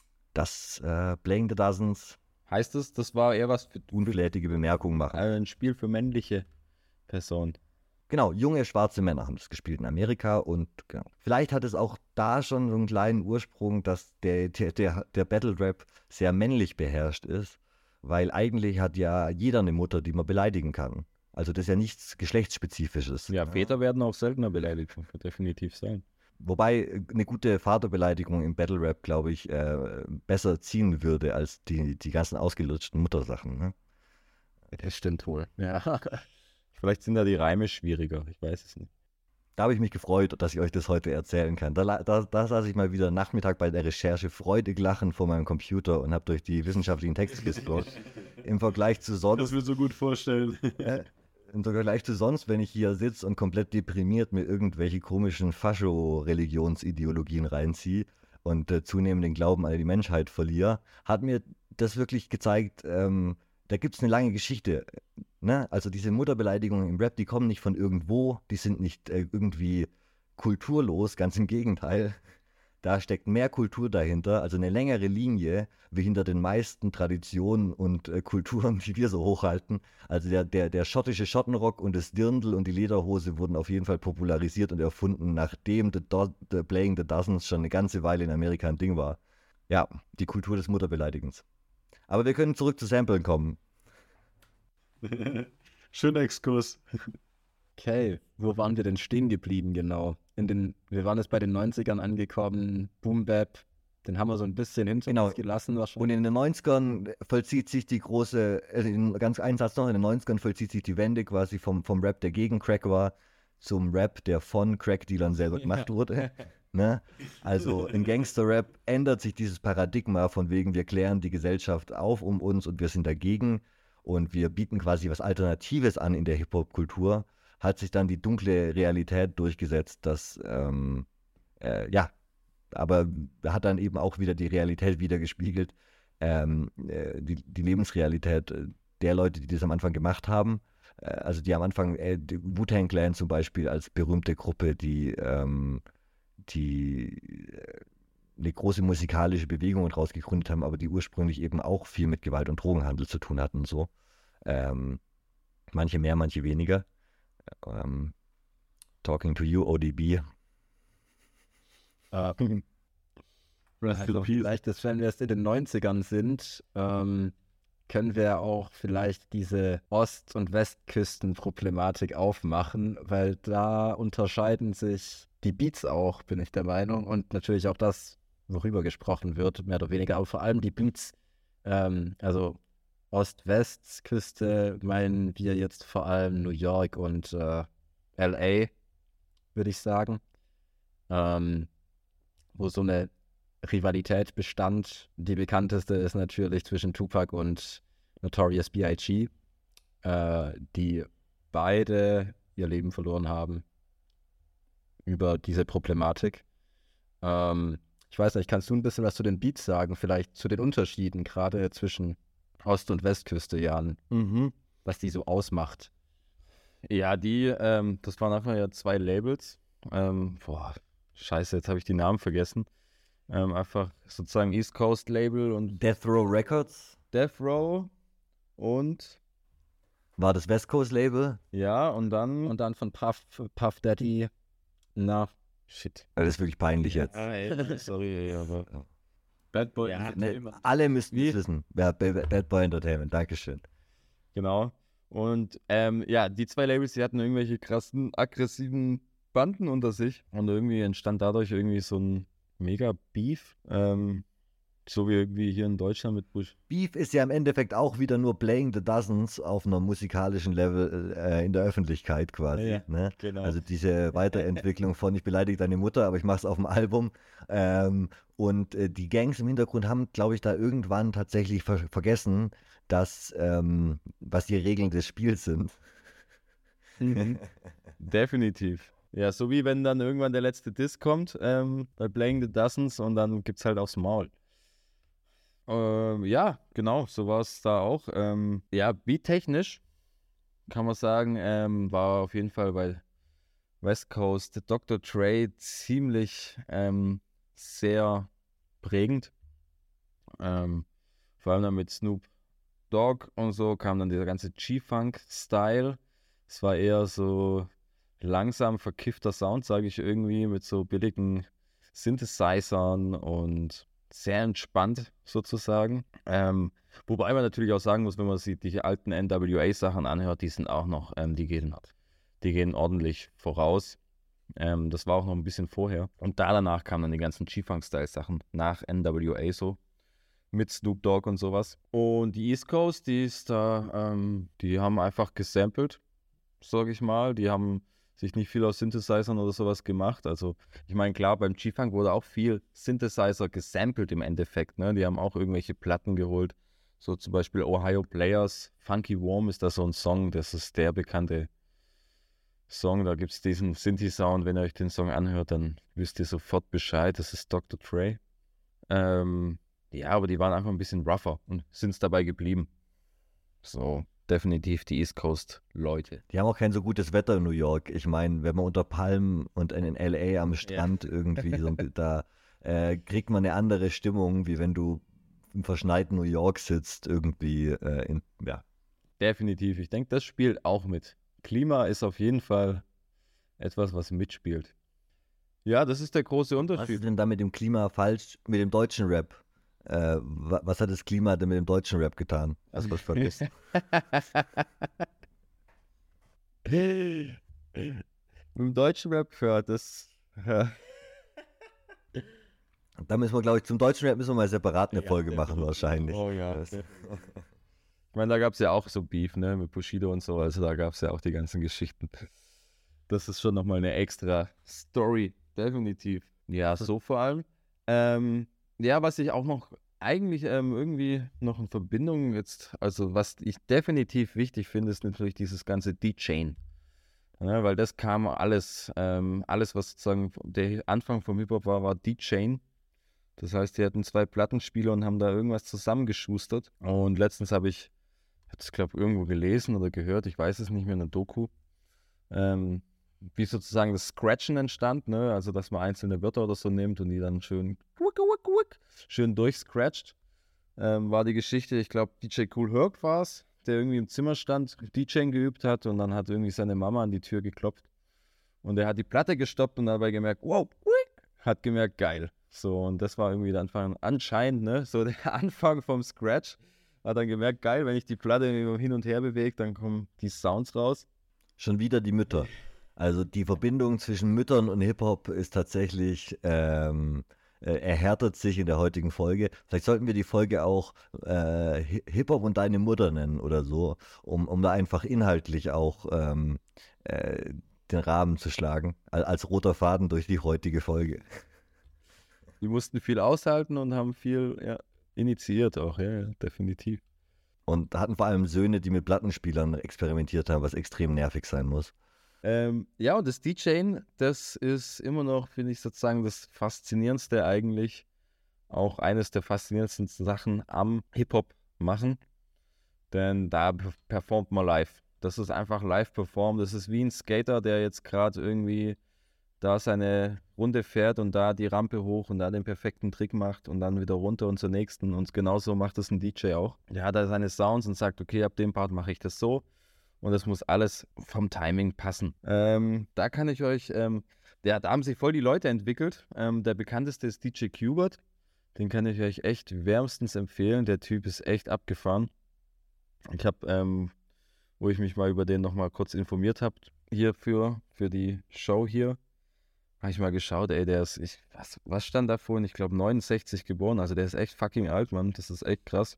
B: das äh, Playing the Dozens.
C: Heißt es, das war eher was für
B: unflätige Bemerkungen machen.
C: Ein Spiel für männliche Personen.
B: Genau, junge schwarze Männer haben das gespielt in Amerika und genau. Vielleicht hat es auch da schon so einen kleinen Ursprung, dass der, der, der, der Battle Rap sehr männlich beherrscht ist, weil eigentlich hat ja jeder eine Mutter, die man beleidigen kann. Also das ist ja nichts Geschlechtsspezifisches.
C: Ja, Väter ja. werden auch seltener beleidigt, das wird definitiv sein.
B: Wobei eine gute Vaterbeleidigung im Battle Rap, glaube ich, äh, besser ziehen würde als die, die ganzen ausgelutschten Muttersachen. Ne?
A: Das stimmt wohl, ja.
C: Vielleicht sind da die Reime schwieriger, ich weiß es nicht.
B: Da habe ich mich gefreut, dass ich euch das heute erzählen kann. Da, da, da saß ich mal wieder Nachmittag bei der Recherche freudig lachend vor meinem Computer und habe durch die wissenschaftlichen Texte gescrollt. Im Vergleich zu sonst...
D: Das will so gut vorstellen.
B: Äh, Im Vergleich zu sonst, wenn ich hier sitze und komplett deprimiert mir irgendwelche komischen Fascho-Religionsideologien reinziehe und äh, zunehmend den Glauben an die Menschheit verliere, hat mir das wirklich gezeigt, ähm, da gibt es eine lange Geschichte. Ne? Also diese Mutterbeleidigungen im Rap, die kommen nicht von irgendwo, die sind nicht äh, irgendwie kulturlos, ganz im Gegenteil. Da steckt mehr Kultur dahinter, also eine längere Linie, wie hinter den meisten Traditionen und äh, Kulturen, die wir so hochhalten. Also der, der, der schottische Schottenrock und das Dirndl und die Lederhose wurden auf jeden Fall popularisiert und erfunden, nachdem The, Do- The Playing the Dozens schon eine ganze Weile in Amerika ein Ding war. Ja, die Kultur des Mutterbeleidigens. Aber wir können zurück zu Samplen kommen.
D: Schöner Exkurs.
A: Okay, wo waren wir denn stehen geblieben genau? In den, wir waren jetzt bei den neunzigern angekommen, Boom Bap, den haben wir so ein bisschen hinter
B: Genau.
A: uns gelassen wahrscheinlich.
B: Und in den neunzigern vollzieht sich die große, also in, ganz ein Satz noch, in den neunzigern vollzieht sich die Wende quasi vom, vom Rap, der gegen Crack war, zum Rap, der von Crack-Dealern selber gemacht wurde. Ne? Also in Gangster-Rap ändert sich dieses Paradigma von wegen, wir klären die Gesellschaft auf um uns und wir sind dagegen und wir bieten quasi was Alternatives an in der Hip-Hop-Kultur, hat sich dann die dunkle Realität durchgesetzt, dass, ähm, äh, ja, aber hat dann eben auch wieder die Realität wiedergespiegelt, ähm, äh, die, die Lebensrealität der Leute, die das am Anfang gemacht haben. Äh, also die am Anfang, äh, die Wu-Tang Clan zum Beispiel als berühmte Gruppe, die, ähm, die äh, eine große musikalische Bewegung daraus gegründet haben, aber die ursprünglich eben auch viel mit Gewalt und Drogenhandel zu tun hatten. So. Ähm, manche mehr, manche weniger. Ähm, Talking to you, O D B.
A: Uh,
D: Rest
A: also
D: in peace.
A: vielleicht, dass, wenn wir jetzt in den neunzigern sind, ähm, können wir auch vielleicht diese Ost- und Westküsten-Problematik aufmachen, weil da unterscheiden sich die Beats auch, bin ich der Meinung, und natürlich auch das, worüber gesprochen wird, mehr oder weniger, aber vor allem die Beats, ähm, also Ost-West-Küste meinen wir jetzt vor allem New York und äh, L A, würde ich sagen, ähm, wo so eine Rivalität bestand. Die bekannteste ist natürlich zwischen Tupac und Notorious B I G, äh, die beide ihr Leben verloren haben über diese Problematik. Ähm, ich weiß nicht, kannst du ein bisschen was zu den Beats sagen, vielleicht zu den Unterschieden, gerade zwischen Ost- und Westküste, Jan,
C: Mhm.
A: was die so ausmacht?
C: Ja, die, ähm, das waren einfach ja zwei Labels. Ähm, boah, scheiße, jetzt habe ich die Namen vergessen. Ähm, einfach sozusagen East Coast Label und
B: Death Row Records
C: Death Row und
B: war das West Coast Label.
C: ja, und dann.
A: Und dann von Puff, Puff Daddy, na,
C: Shit.
B: Das ist wirklich peinlich jetzt.
C: Ja, ey, sorry, ey, aber.
D: Bad Boy
C: Ja,
B: Ne,
D: Entertainment.
B: alle müssten
C: Wie?
B: es wissen. Ja, Ba- Ba- Bad Boy Entertainment, Dankeschön.
C: Genau. Und ähm, ja, die zwei Labels, die hatten irgendwelche krassen, aggressiven Banden unter sich. Und irgendwie entstand dadurch irgendwie so ein mega Beef. Ähm, so wie irgendwie hier in Deutschland mit Bush.
B: Beef ist ja im Endeffekt auch wieder nur Playing the Dozens auf einer musikalischen Level äh, in der Öffentlichkeit quasi.
C: Ja, ja,
B: Ne?
C: genau.
B: Also diese Weiterentwicklung von ich beleidige deine Mutter, aber ich mache es auf dem Album. Ähm, und äh, die Gangs im Hintergrund haben, glaube ich, da irgendwann tatsächlich ver vergessen, dass ähm, was die Regeln des Spiels sind.
C: Mhm. Definitiv. Ja, so wie wenn dann irgendwann der letzte Diss kommt, ähm, bei Playing the Dozens und dann gibt's halt aufs Maul. Ähm, ja, genau, so war es da auch. Ähm, ja, beattechnisch kann man sagen, ähm, war auf jeden Fall bei West Coast Doktor Dre ziemlich ähm, sehr prägend. Ähm, vor allem dann mit Snoop Dogg und so kam dann dieser ganze G-Funk-Style. Es war eher so langsam verkiffter Sound, sage ich irgendwie, mit so billigen Synthesizern und sehr entspannt sozusagen. Ähm, wobei man natürlich auch sagen muss, wenn man sich die alten N W A-Sachen anhört, die sind auch noch, ähm, die gehen, die gehen ordentlich voraus. Ähm, das war auch noch ein bisschen vorher. Und da danach kamen dann die ganzen G-Funk-Style-Sachen nach N W A so. Mit Snoop Dogg und sowas. Und die East Coast, die ist da, ähm, die haben einfach gesampelt, sage ich mal. Die haben sich nicht viel aus Synthesizern oder sowas gemacht. Also, ich meine, klar, beim G-Funk wurde auch viel Synthesizer gesampelt im Endeffekt. Ne? Die haben auch irgendwelche Platten geholt. So zum Beispiel Ohio Players, Funky Warm ist da so ein Song, das ist der bekannte Song. Da gibt es diesen Synthi-Sound. Wenn ihr euch den Song anhört, dann wisst ihr sofort Bescheid. Das ist Doktor Dre. Ähm, ja, aber die waren einfach ein bisschen rougher und sind es dabei geblieben. So, definitiv die East Coast Leute.
B: Die haben auch kein so gutes Wetter in New York. Ich meine, wenn man unter Palmen und in L A am Strand irgendwie so ein bi- da äh, kriegt man eine andere Stimmung, wie wenn du im verschneiten New York sitzt irgendwie. Äh, in, ja.
C: Definitiv. Ich denke, das spielt auch mit. Klima ist auf jeden Fall etwas, was mitspielt. Ja, das ist der große
B: Was ist
C: Unterschied.
B: denn da mit dem Klima falsch, mit dem deutschen Rap? Äh, wa- was hat das Klima denn mit dem deutschen Rap getan? Hast du was vergessen?
C: Mit dem deutschen Rap gehört das. Ja.
B: Da müssen wir, glaube ich, zum deutschen Rap müssen wir mal separat eine Folge machen wahrscheinlich.
C: Oh ja.
B: Das-
C: Ich meine, da gab es ja auch so Beef, ne, mit Bushido und so. Also da gab es ja auch die ganzen Geschichten. Das ist schon nochmal eine extra Story. Definitiv. Ja, so vor allem. Ähm, ja, was ich auch noch eigentlich ähm, irgendwie noch in Verbindung jetzt, also was ich definitiv wichtig finde, ist natürlich dieses ganze D-Chain. Ja, weil das kam alles, ähm, alles, was sozusagen der Anfang vom Hip-Hop war, war D-Chain. Das heißt, die hatten zwei Plattenspieler und haben da irgendwas zusammengeschustert. Und letztens habe ich, ich glaube, irgendwo gelesen oder gehört, ich weiß es nicht mehr, in einer Doku, ähm, wie sozusagen das Scratchen entstand, ne? Also dass man einzelne Wörter oder so nimmt und die dann schön, wuck, wuck, wuck, schön durchscratcht. Ähm, war die Geschichte, ich glaube, D J Kool Herc war es, der irgendwie im Zimmer stand, DJing geübt hat und dann hat irgendwie seine Mama an die Tür geklopft. Und er hat die Platte gestoppt und dabei gemerkt, wow, wuck, hat gemerkt, geil. So, und das war irgendwie der Anfang, anscheinend, ne, so der Anfang vom Scratch. Hat dann gemerkt, geil, wenn ich die Platte hin und her bewege, dann kommen die Sounds raus.
B: Schon wieder die Mütter. Also die Verbindung zwischen Müttern und Hip-Hop ist tatsächlich, ähm, äh, erhärtet sich in der heutigen Folge. Vielleicht sollten wir die Folge auch äh, Hi- Hip-Hop und deine Mutter nennen oder so, um, um da einfach inhaltlich auch ähm, äh, den Rahmen zu schlagen, al- als roter Faden durch die heutige Folge.
C: Die mussten viel aushalten und haben viel ja, initiiert auch, ja, ja, definitiv.
B: Und hatten vor allem Söhne, die mit Plattenspielern experimentiert haben, was extrem nervig sein muss.
C: Ähm, ja, und das DJen, das ist immer noch, finde ich, sozusagen das Faszinierendste eigentlich. Auch eines der faszinierendsten Sachen am Hip-Hop machen. Denn da pe- performt man live. Das ist einfach live performen. Das ist wie ein Skater, der jetzt gerade irgendwie da seine Runde fährt und da die Rampe hoch und da den perfekten Trick macht und dann wieder runter und zur nächsten. Und genauso macht das ein D J auch. Der hat da seine Sounds und sagt, okay, ab dem Part mache ich das so. Und das muss alles vom Timing passen. Ähm, da kann ich euch, ähm, ja, da haben sich voll die Leute entwickelt. Ähm, der bekannteste ist D J Qbert. Den kann ich euch echt wärmstens empfehlen. Der Typ ist echt abgefahren. Ich habe, ähm, wo ich mich mal über den nochmal kurz informiert habe, hierfür, für die Show hier, habe ich mal geschaut, ey, der ist, ich, was, was stand da vorhin? Ich glaube neunundsechzig geboren, also der ist echt fucking alt, Mann. Das ist echt krass.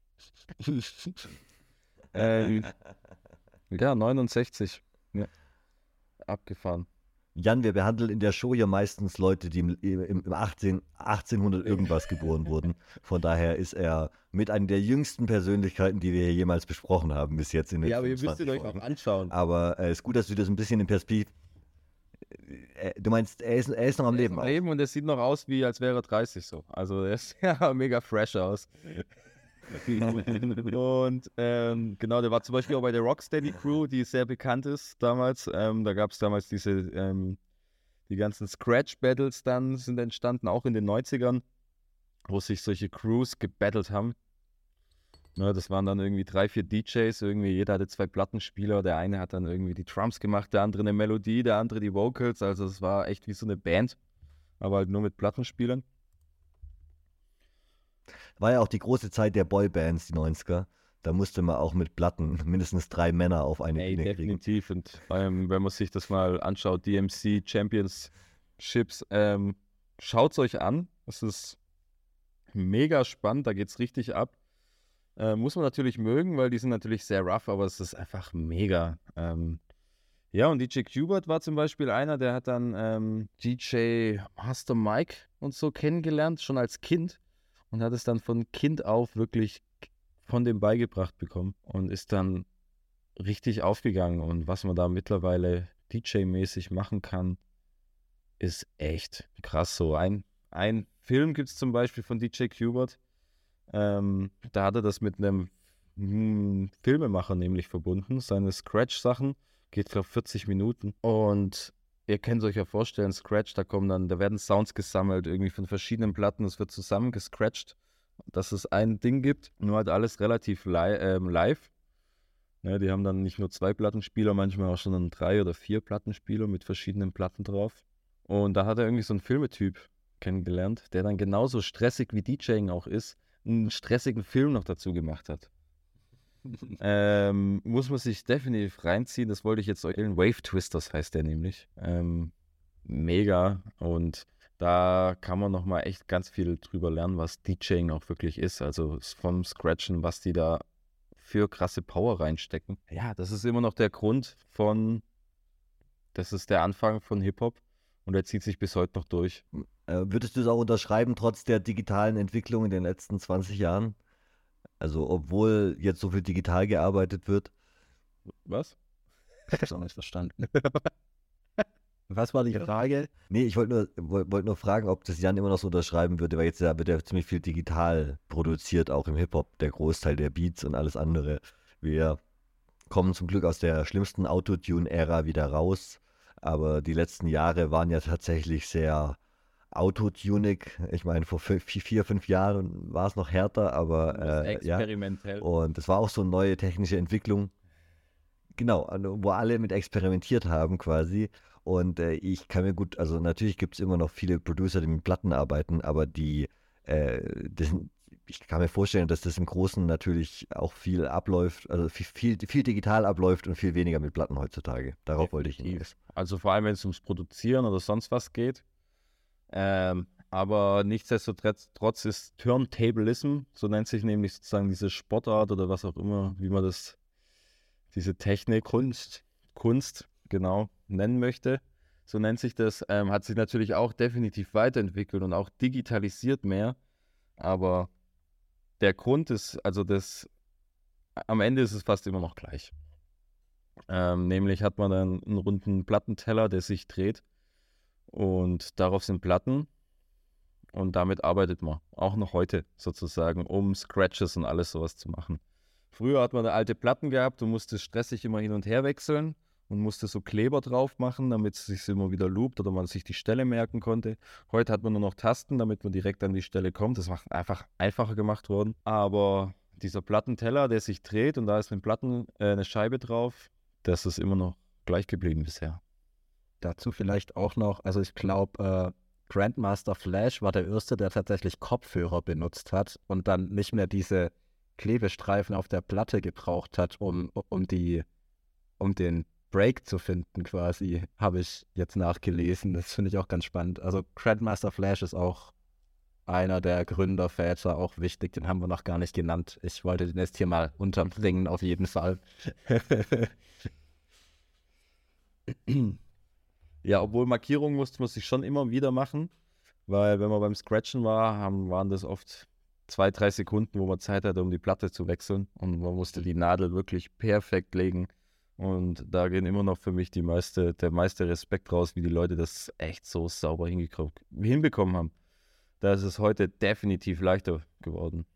C: ähm, ja, neunundsechzig. Ja, abgefahren.
B: Jan, wir behandeln in der Show hier meistens Leute, die im, im, im achtzehn, achtzehnhundert irgendwas geboren wurden. Von daher ist er mit einer der jüngsten Persönlichkeiten, die wir hier jemals besprochen haben, bis jetzt in den
C: Ja, aber ihr müsst ihn
B: fünfundzwanzig
C: euch auch
B: Folgen.
C: anschauen.
B: Aber es äh, ist gut, dass du das ein bisschen in Perspektive. Äh, du meinst, er ist, er ist noch am
C: Er ist
B: Leben.
C: am
B: auch.
C: Leben und er sieht noch aus, wie als wäre er dreißig so. Also er ist ja mega fresh aus. Und ähm, genau, der war zum Beispiel auch bei der Rocksteady Crew, die sehr bekannt ist damals. Ähm, da gab es damals diese, ähm, die ganzen Scratch-Battles dann sind entstanden, auch in den neunzigern, wo sich solche Crews gebattelt haben. Ne, das waren dann irgendwie drei, vier D Js, irgendwie jeder hatte zwei Plattenspieler. Der eine hat dann irgendwie die Drums gemacht, der andere eine Melodie, der andere die Vocals. Also es war echt wie so eine Band, aber halt nur mit Plattenspielern.
B: War ja auch die große Zeit der Boybands, die neunziger. Da musste man auch mit Platten mindestens drei Männer auf eine
C: Ey,
B: Bühne kriegen.
C: definitiv. Und ähm, wenn man sich das mal anschaut, D M C Championships, ähm, schaut es euch an. Es ist mega spannend, da geht es richtig ab. Äh, muss man natürlich mögen, weil die sind natürlich sehr rough, aber es ist einfach mega. Ähm, ja, und D J Qbert war zum Beispiel einer, der hat dann ähm, D J Master Mike und so kennengelernt, schon als Kind. Und hat es dann von Kind auf wirklich von dem beigebracht bekommen und ist dann richtig aufgegangen. Und was man da mittlerweile D J-mäßig machen kann, ist echt krass so. Ein, ein Film gibt es zum Beispiel von D J Qbert. Ähm, da hat er das mit einem hm, Filmemacher nämlich verbunden. Seine Scratch-Sachen geht, glaube ich, vierzig Minuten. Und ihr könnt euch ja vorstellen, Scratch, da kommen dann, da werden Sounds gesammelt, irgendwie von verschiedenen Platten. Es wird zusammen gescratcht, dass es ein Ding gibt. Nur halt alles relativ li ähm, live. Ja, die haben dann nicht nur zwei Plattenspieler, manchmal auch schon drei oder vier Plattenspieler mit verschiedenen Platten drauf. Und da hat er irgendwie so einen Filmetyp kennengelernt, der dann genauso stressig wie DJing auch ist, einen stressigen Film noch dazu gemacht hat. ähm, muss man sich definitiv reinziehen, das wollte ich jetzt euch erzählen. Wave Twisters heißt der nämlich. Ähm, mega. Und da kann man nochmal echt ganz viel drüber lernen, was DJing auch wirklich ist. Also vom Scratchen, was die da für krasse Power reinstecken. Ja, das ist immer noch der Grund von, das ist der Anfang von Hip-Hop und er zieht sich bis heute noch durch.
B: Äh, würdest du es auch unterschreiben, trotz der digitalen Entwicklung in den letzten zwanzig Jahren? Also, obwohl jetzt so viel digital gearbeitet wird.
C: Was?
A: Ich hab's auch nicht verstanden. Was war die Frage?
B: Nee, ich wollte nur, wollt, wollt nur fragen, ob das Jan immer noch so unterschreiben würde, weil jetzt ja, wird ja ziemlich viel digital produziert, auch im Hip-Hop, der Großteil der Beats und alles andere. Wir kommen zum Glück aus der schlimmsten Autotune-Ära wieder raus, aber die letzten Jahre waren ja tatsächlich sehr autotunig. Ich meine, vor fünf, vier, fünf Jahren war es noch härter, aber äh, ja.
C: Experimentell.
B: Und das war auch so eine neue technische Entwicklung. Genau, also, wo alle mit experimentiert haben quasi. Und äh, ich kann mir gut, also natürlich gibt es immer noch viele Producer, die mit Platten arbeiten, aber die, äh, das, ich kann mir vorstellen, dass das im Großen natürlich auch viel abläuft, also viel, viel, viel digital abläuft und viel weniger mit Platten heutzutage. Darauf wollte ich hinaus.
C: Also vor allem, wenn es ums Produzieren oder sonst was geht. Ähm, aber nichtsdestotrotz ist Turntablism, so nennt sich nämlich sozusagen diese Sportart oder was auch immer, wie man das, diese Technik, Kunst, Kunst, genau, nennen möchte, so nennt sich das, ähm, hat sich natürlich auch definitiv weiterentwickelt und auch digitalisiert mehr, aber der Grund ist, also das am Ende ist es fast immer noch gleich. Ähm, nämlich hat man dann einen runden Plattenteller, der sich dreht und darauf sind Platten und damit arbeitet man, auch noch heute sozusagen, um Scratches und alles sowas zu machen. Früher hat man alte Platten gehabt und musste stressig immer hin und her wechseln und musste so Kleber drauf machen, damit es sich immer wieder loopt oder man sich die Stelle merken konnte. Heute hat man nur noch Tasten, damit man direkt an die Stelle kommt. Das ist einfach einfacher gemacht worden. Aber dieser Plattenteller, der sich dreht und da ist mit Platten äh, eine Scheibe drauf, das ist immer noch gleich geblieben bisher.
A: Dazu vielleicht auch noch, also ich glaube, äh, Grandmaster Flash war der erste, der tatsächlich Kopfhörer benutzt hat und dann nicht mehr diese Klebestreifen auf der Platte gebraucht hat, um, um, die, um den Break zu finden quasi, habe ich jetzt nachgelesen. Das finde ich auch ganz spannend. Also Grandmaster Flash ist auch einer der Gründerväter, auch wichtig, den haben wir noch gar nicht genannt. Ich wollte den jetzt hier mal unterbringen, auf jeden Fall.
C: Ja, obwohl Markierungen musste man sich schon immer wieder machen, weil wenn man beim Scratchen war, haben, waren das oft zwei, drei Sekunden, wo man Zeit hatte, um die Platte zu wechseln und man musste die Nadel wirklich perfekt legen und da gehen immer noch für mich die meiste, der meiste Respekt raus, wie die Leute das echt so sauber hinbekommen haben. Da ist es heute definitiv leichter geworden,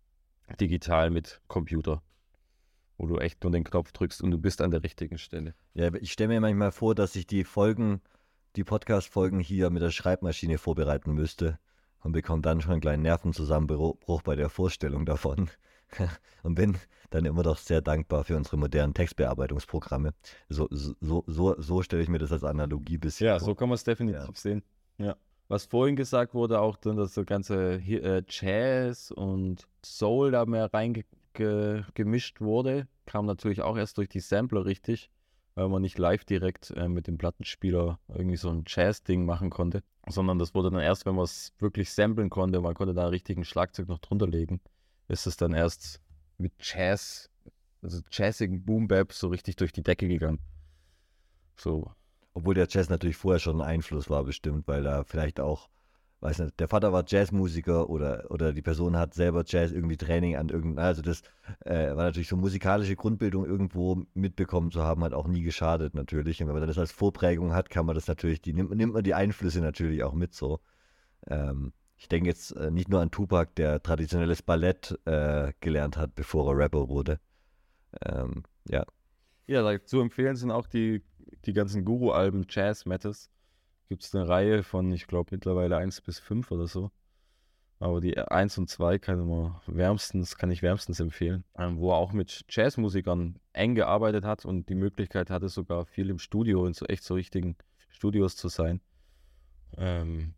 C: digital mit Computer, wo du echt nur den Knopf drückst und du bist an der richtigen Stelle.
B: Ja, ich stelle mir manchmal vor, dass ich die Folgen, die Podcast-Folgen hier mit der Schreibmaschine vorbereiten müsste und bekomme dann schon einen kleinen Nervenzusammenbruch bei der Vorstellung davon. Und bin dann immer doch sehr dankbar für unsere modernen Textbearbeitungsprogramme. So, so, so, so stelle ich mir das als Analogie bis
C: Ja, so kann man es definitiv
B: Ja.
C: sehen. Ja. Was vorhin gesagt wurde, auch dann, dass so ganze äh, Jazz und Soul da mehr reingemischt wurde, kam natürlich auch erst durch die Sampler richtig, weil man nicht live direkt äh, mit dem Plattenspieler irgendwie so ein Jazz-Ding machen konnte, sondern das wurde dann erst, wenn man es wirklich samplen konnte, man konnte da einen richtigen Schlagzeug noch drunter legen, ist es dann erst mit Jazz, also jazzigen Boom-Bap so richtig durch die Decke gegangen. So.
B: Obwohl der Jazz natürlich vorher schon ein Einfluss war, bestimmt, weil da vielleicht auch, weiß nicht, der Vater war Jazzmusiker oder, oder die Person hat selber Jazz irgendwie Training an irgendeinem, also das äh, war natürlich so musikalische Grundbildung irgendwo mitbekommen zu haben, hat auch nie geschadet natürlich. Und wenn man das als Vorprägung hat, kann man das natürlich, die, nimmt, nimmt man die Einflüsse natürlich auch mit so. Ähm, ich denke jetzt äh, nicht nur an Tupac, der traditionelles Ballett äh, gelernt hat, bevor er Rapper wurde. Ähm, ja.
C: Ja, da zu empfehlen sind auch die, die ganzen Guru-Alben Jazz Matters. Gibt es eine Reihe von, ich glaube, mittlerweile eins bis fünf oder so. Aber die eins und zwei kann, immer wärmstens, kann ich wärmstens empfehlen. Ähm, wo er auch mit Jazzmusikern eng gearbeitet hat und die Möglichkeit hatte, sogar viel im Studio, in so echt so richtigen Studios zu sein. Ähm,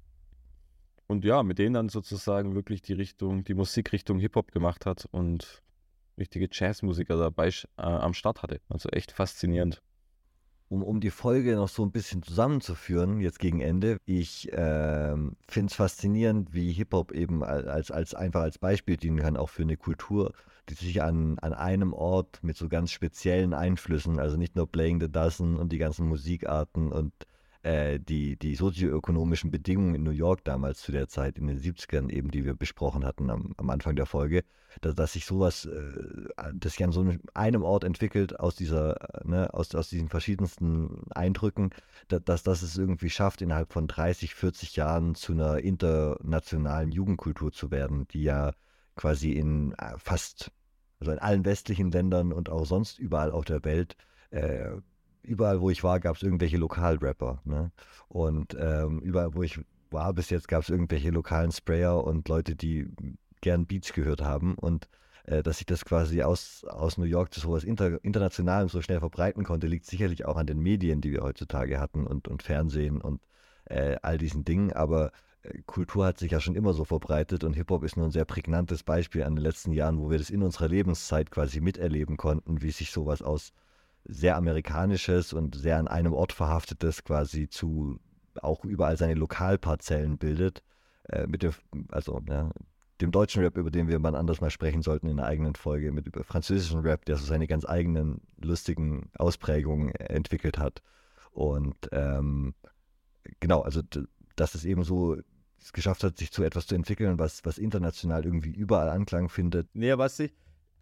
C: und ja, mit denen dann sozusagen wirklich die Richtung, die Musikrichtung Hip-Hop gemacht hat und richtige Jazzmusiker dabei äh, am Start hatte. Also echt faszinierend.
B: Um, um die Folge noch so ein bisschen zusammenzuführen, jetzt gegen Ende, ich ähm, finde es faszinierend, wie Hip-Hop eben als, als einfach als Beispiel dienen kann, auch für eine Kultur, die sich an, an einem Ort mit so ganz speziellen Einflüssen, also nicht nur Playing the Dozen und die ganzen Musikarten und äh, die, die sozioökonomischen Bedingungen in New York damals zu der Zeit, in den siebzigern eben, die wir besprochen hatten am, am Anfang der Folge, dass, dass sich sowas, äh, das sich an so einem Ort entwickelt, aus dieser, ne, aus, aus diesen verschiedensten Eindrücken, dass, dass das es irgendwie schafft, innerhalb von dreißig, vierzig Jahren zu einer internationalen Jugendkultur zu werden, die ja quasi in äh, fast, also in allen westlichen Ländern und auch sonst überall auf der Welt, äh, überall, wo ich war, gab es irgendwelche Lokalrapper. Ne? Und ähm, überall, wo ich war bis jetzt, gab es irgendwelche lokalen Sprayer und Leute, die gern Beats gehört haben. Und äh, dass sich das quasi aus, aus New York zu sowas inter, Internationalem so schnell verbreiten konnte, liegt sicherlich auch an den Medien, die wir heutzutage hatten und, und Fernsehen und äh, all diesen Dingen. Aber äh, Kultur hat sich ja schon immer so verbreitet und Hip-Hop ist nur ein sehr prägnantes Beispiel an den letzten Jahren, wo wir das in unserer Lebenszeit quasi miterleben konnten, wie sich sowas aus sehr amerikanisches und sehr an einem Ort verhaftetes quasi zu auch überall seine Lokalparzellen bildet. Äh, mit dem, also ja, dem deutschen Rap, über den wir mal anders mal sprechen sollten in einer eigenen Folge, mit dem französischen Rap, der so seine ganz eigenen lustigen Ausprägungen entwickelt hat. Und ähm, genau, also dass es eben so es geschafft hat, sich zu etwas zu entwickeln, was, was international irgendwie überall Anklang findet.
C: Nee, was ich,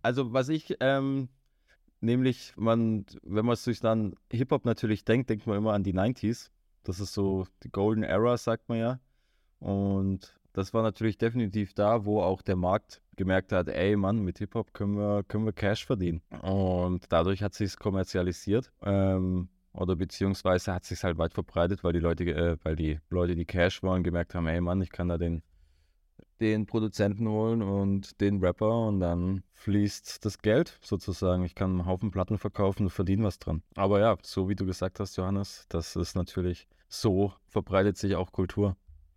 C: Also was ich, ähm, nämlich, man, wenn man sich dann Hip-Hop natürlich denkt, denkt man immer an die neunziger. Das ist so die Golden Era, sagt man ja. Und das war natürlich definitiv da, wo auch der Markt gemerkt hat, ey Mann, mit Hip-Hop können wir, können wir Cash verdienen. Und dadurch hat sich kommerzialisiert. Ähm, oder beziehungsweise hat sich halt weit verbreitet, weil die Leute, äh, weil die Leute, die Cash wollen, gemerkt haben, ey Mann, ich kann da den, den Produzenten holen und den Rapper und dann fließt das Geld sozusagen. Ich kann einen Haufen Platten verkaufen und verdiene was dran. Aber ja, so wie du gesagt hast, Johannes, das ist natürlich, so verbreitet sich auch Kultur.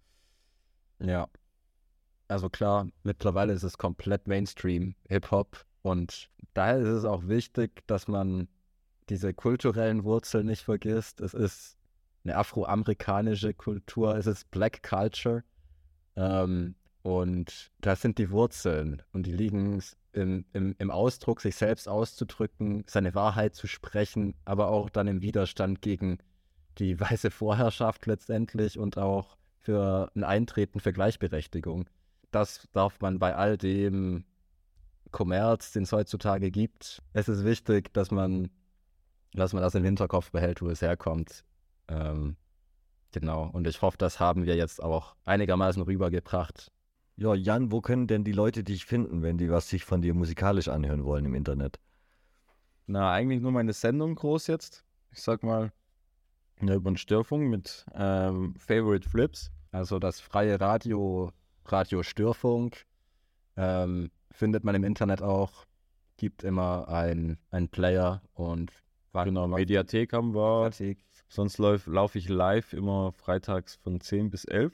A: Ja. Also klar, mittlerweile ist es komplett Mainstream Hip-Hop und daher ist es auch wichtig, dass man diese kulturellen Wurzeln nicht vergisst. Es ist eine afroamerikanische Kultur, es ist Black Culture ähm, und das sind die Wurzeln und die liegen im, im, im Ausdruck, sich selbst auszudrücken, seine Wahrheit zu sprechen, aber auch dann im Widerstand gegen die weiße Vorherrschaft letztendlich und auch für ein Eintreten für Gleichberechtigung. Das darf man bei all dem Kommerz, den es heutzutage gibt. Es ist wichtig, dass man, dass man das im Hinterkopf behält, wo es herkommt. Ähm, genau. Und ich hoffe, das haben wir jetzt auch einigermaßen rübergebracht.
B: Ja, Jan, wo können denn die Leute dich finden, wenn die was sich von dir musikalisch anhören wollen im Internet?
C: Na, eigentlich nur meine Sendung groß jetzt. Ich sag mal, ja, über den Störfunk mit ähm, Favorite Flips.
A: Also das freie Radio, Radio Störfunk, ähm, findet man im Internet auch. Gibt immer ein, ein Player und
C: Genau, Mediathek haben wir.
A: Mediathek.
C: Sonst laufe lauf ich live immer freitags von zehn bis elf.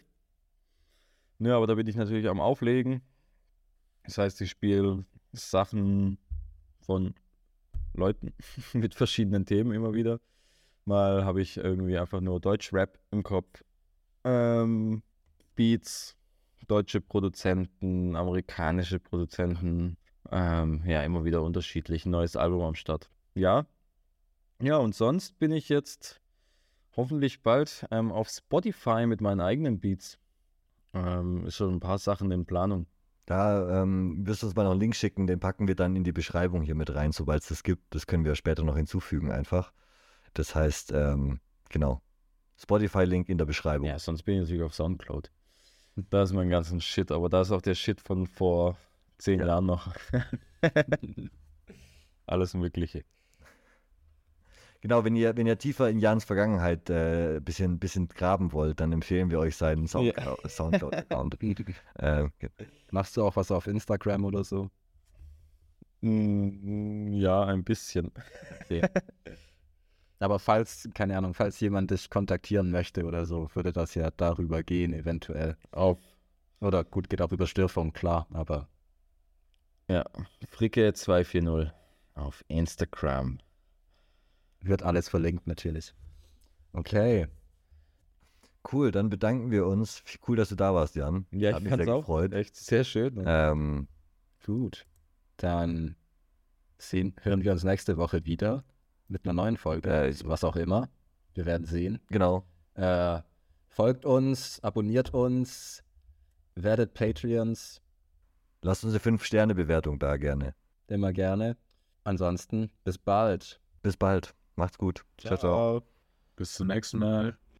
C: Ja, aber da bin ich natürlich am Auflegen. Das heißt, ich spiele Sachen von Leuten mit verschiedenen Themen immer wieder. Mal habe ich irgendwie einfach nur Deutsch-Rap im Kopf. Ähm, Beats, deutsche Produzenten, amerikanische Produzenten. Ähm, ja, immer wieder unterschiedlich. Ein neues Album am Start. Ja. Ja, und sonst bin ich jetzt hoffentlich bald ähm, auf Spotify mit meinen eigenen Beats. Ähm, ist schon ein paar Sachen in Planung.
B: Da ähm, wirst du uns mal noch einen Link schicken, den packen wir dann in die Beschreibung hier mit rein, sobald es das gibt. Das können wir später noch hinzufügen einfach. Das heißt, ähm, genau, Spotify-Link in der Beschreibung.
C: Ja, sonst bin ich natürlich auf Soundcloud. Da ist mein ganzen Shit, aber da ist auch der Shit von vor zehn
B: Ja.
C: Jahren noch. Alles Mögliche.
B: Genau, wenn ihr, wenn ihr tiefer in Jans Vergangenheit ein äh, bisschen, bisschen graben wollt, dann empfehlen wir euch seinen Soundcloud- Soundcloud-Account. äh,
A: Machst du auch was auf Instagram oder so?
C: Mm, Ja, ein bisschen.
A: Okay. Aber falls, keine Ahnung, falls jemand dich kontaktieren möchte oder so, würde das ja darüber gehen, eventuell.
C: Auf,
A: Oder gut, geht auch über Störfunk, klar, aber
C: ja, Fricke zwei vier null auf Instagram.
A: wird alles verlinkt natürlich. Okay.
B: cool, dann bedanken wir uns. Cool, dass du da warst, Jan.
C: Ja,
B: Hat
C: ich
B: mich
C: fand's
B: sehr
C: auch
B: gefreut.
C: echt sehr schön.
B: Ähm,
A: Gut. Dann sehen, hören wir uns nächste Woche wieder mit einer neuen Folge.
B: Äh,
A: was auch immer. Wir werden sehen.
B: genau.
A: Äh, folgt uns, abonniert uns, werdet Patreons,
B: Lasst uns eine fünf Sterne Bewertung da gerne.
A: immer gerne. Ansonsten bis bald.
B: Bis bald. Macht's gut. Ciao, ciao.
C: Ciao.
D: Bis zum nächsten Mal.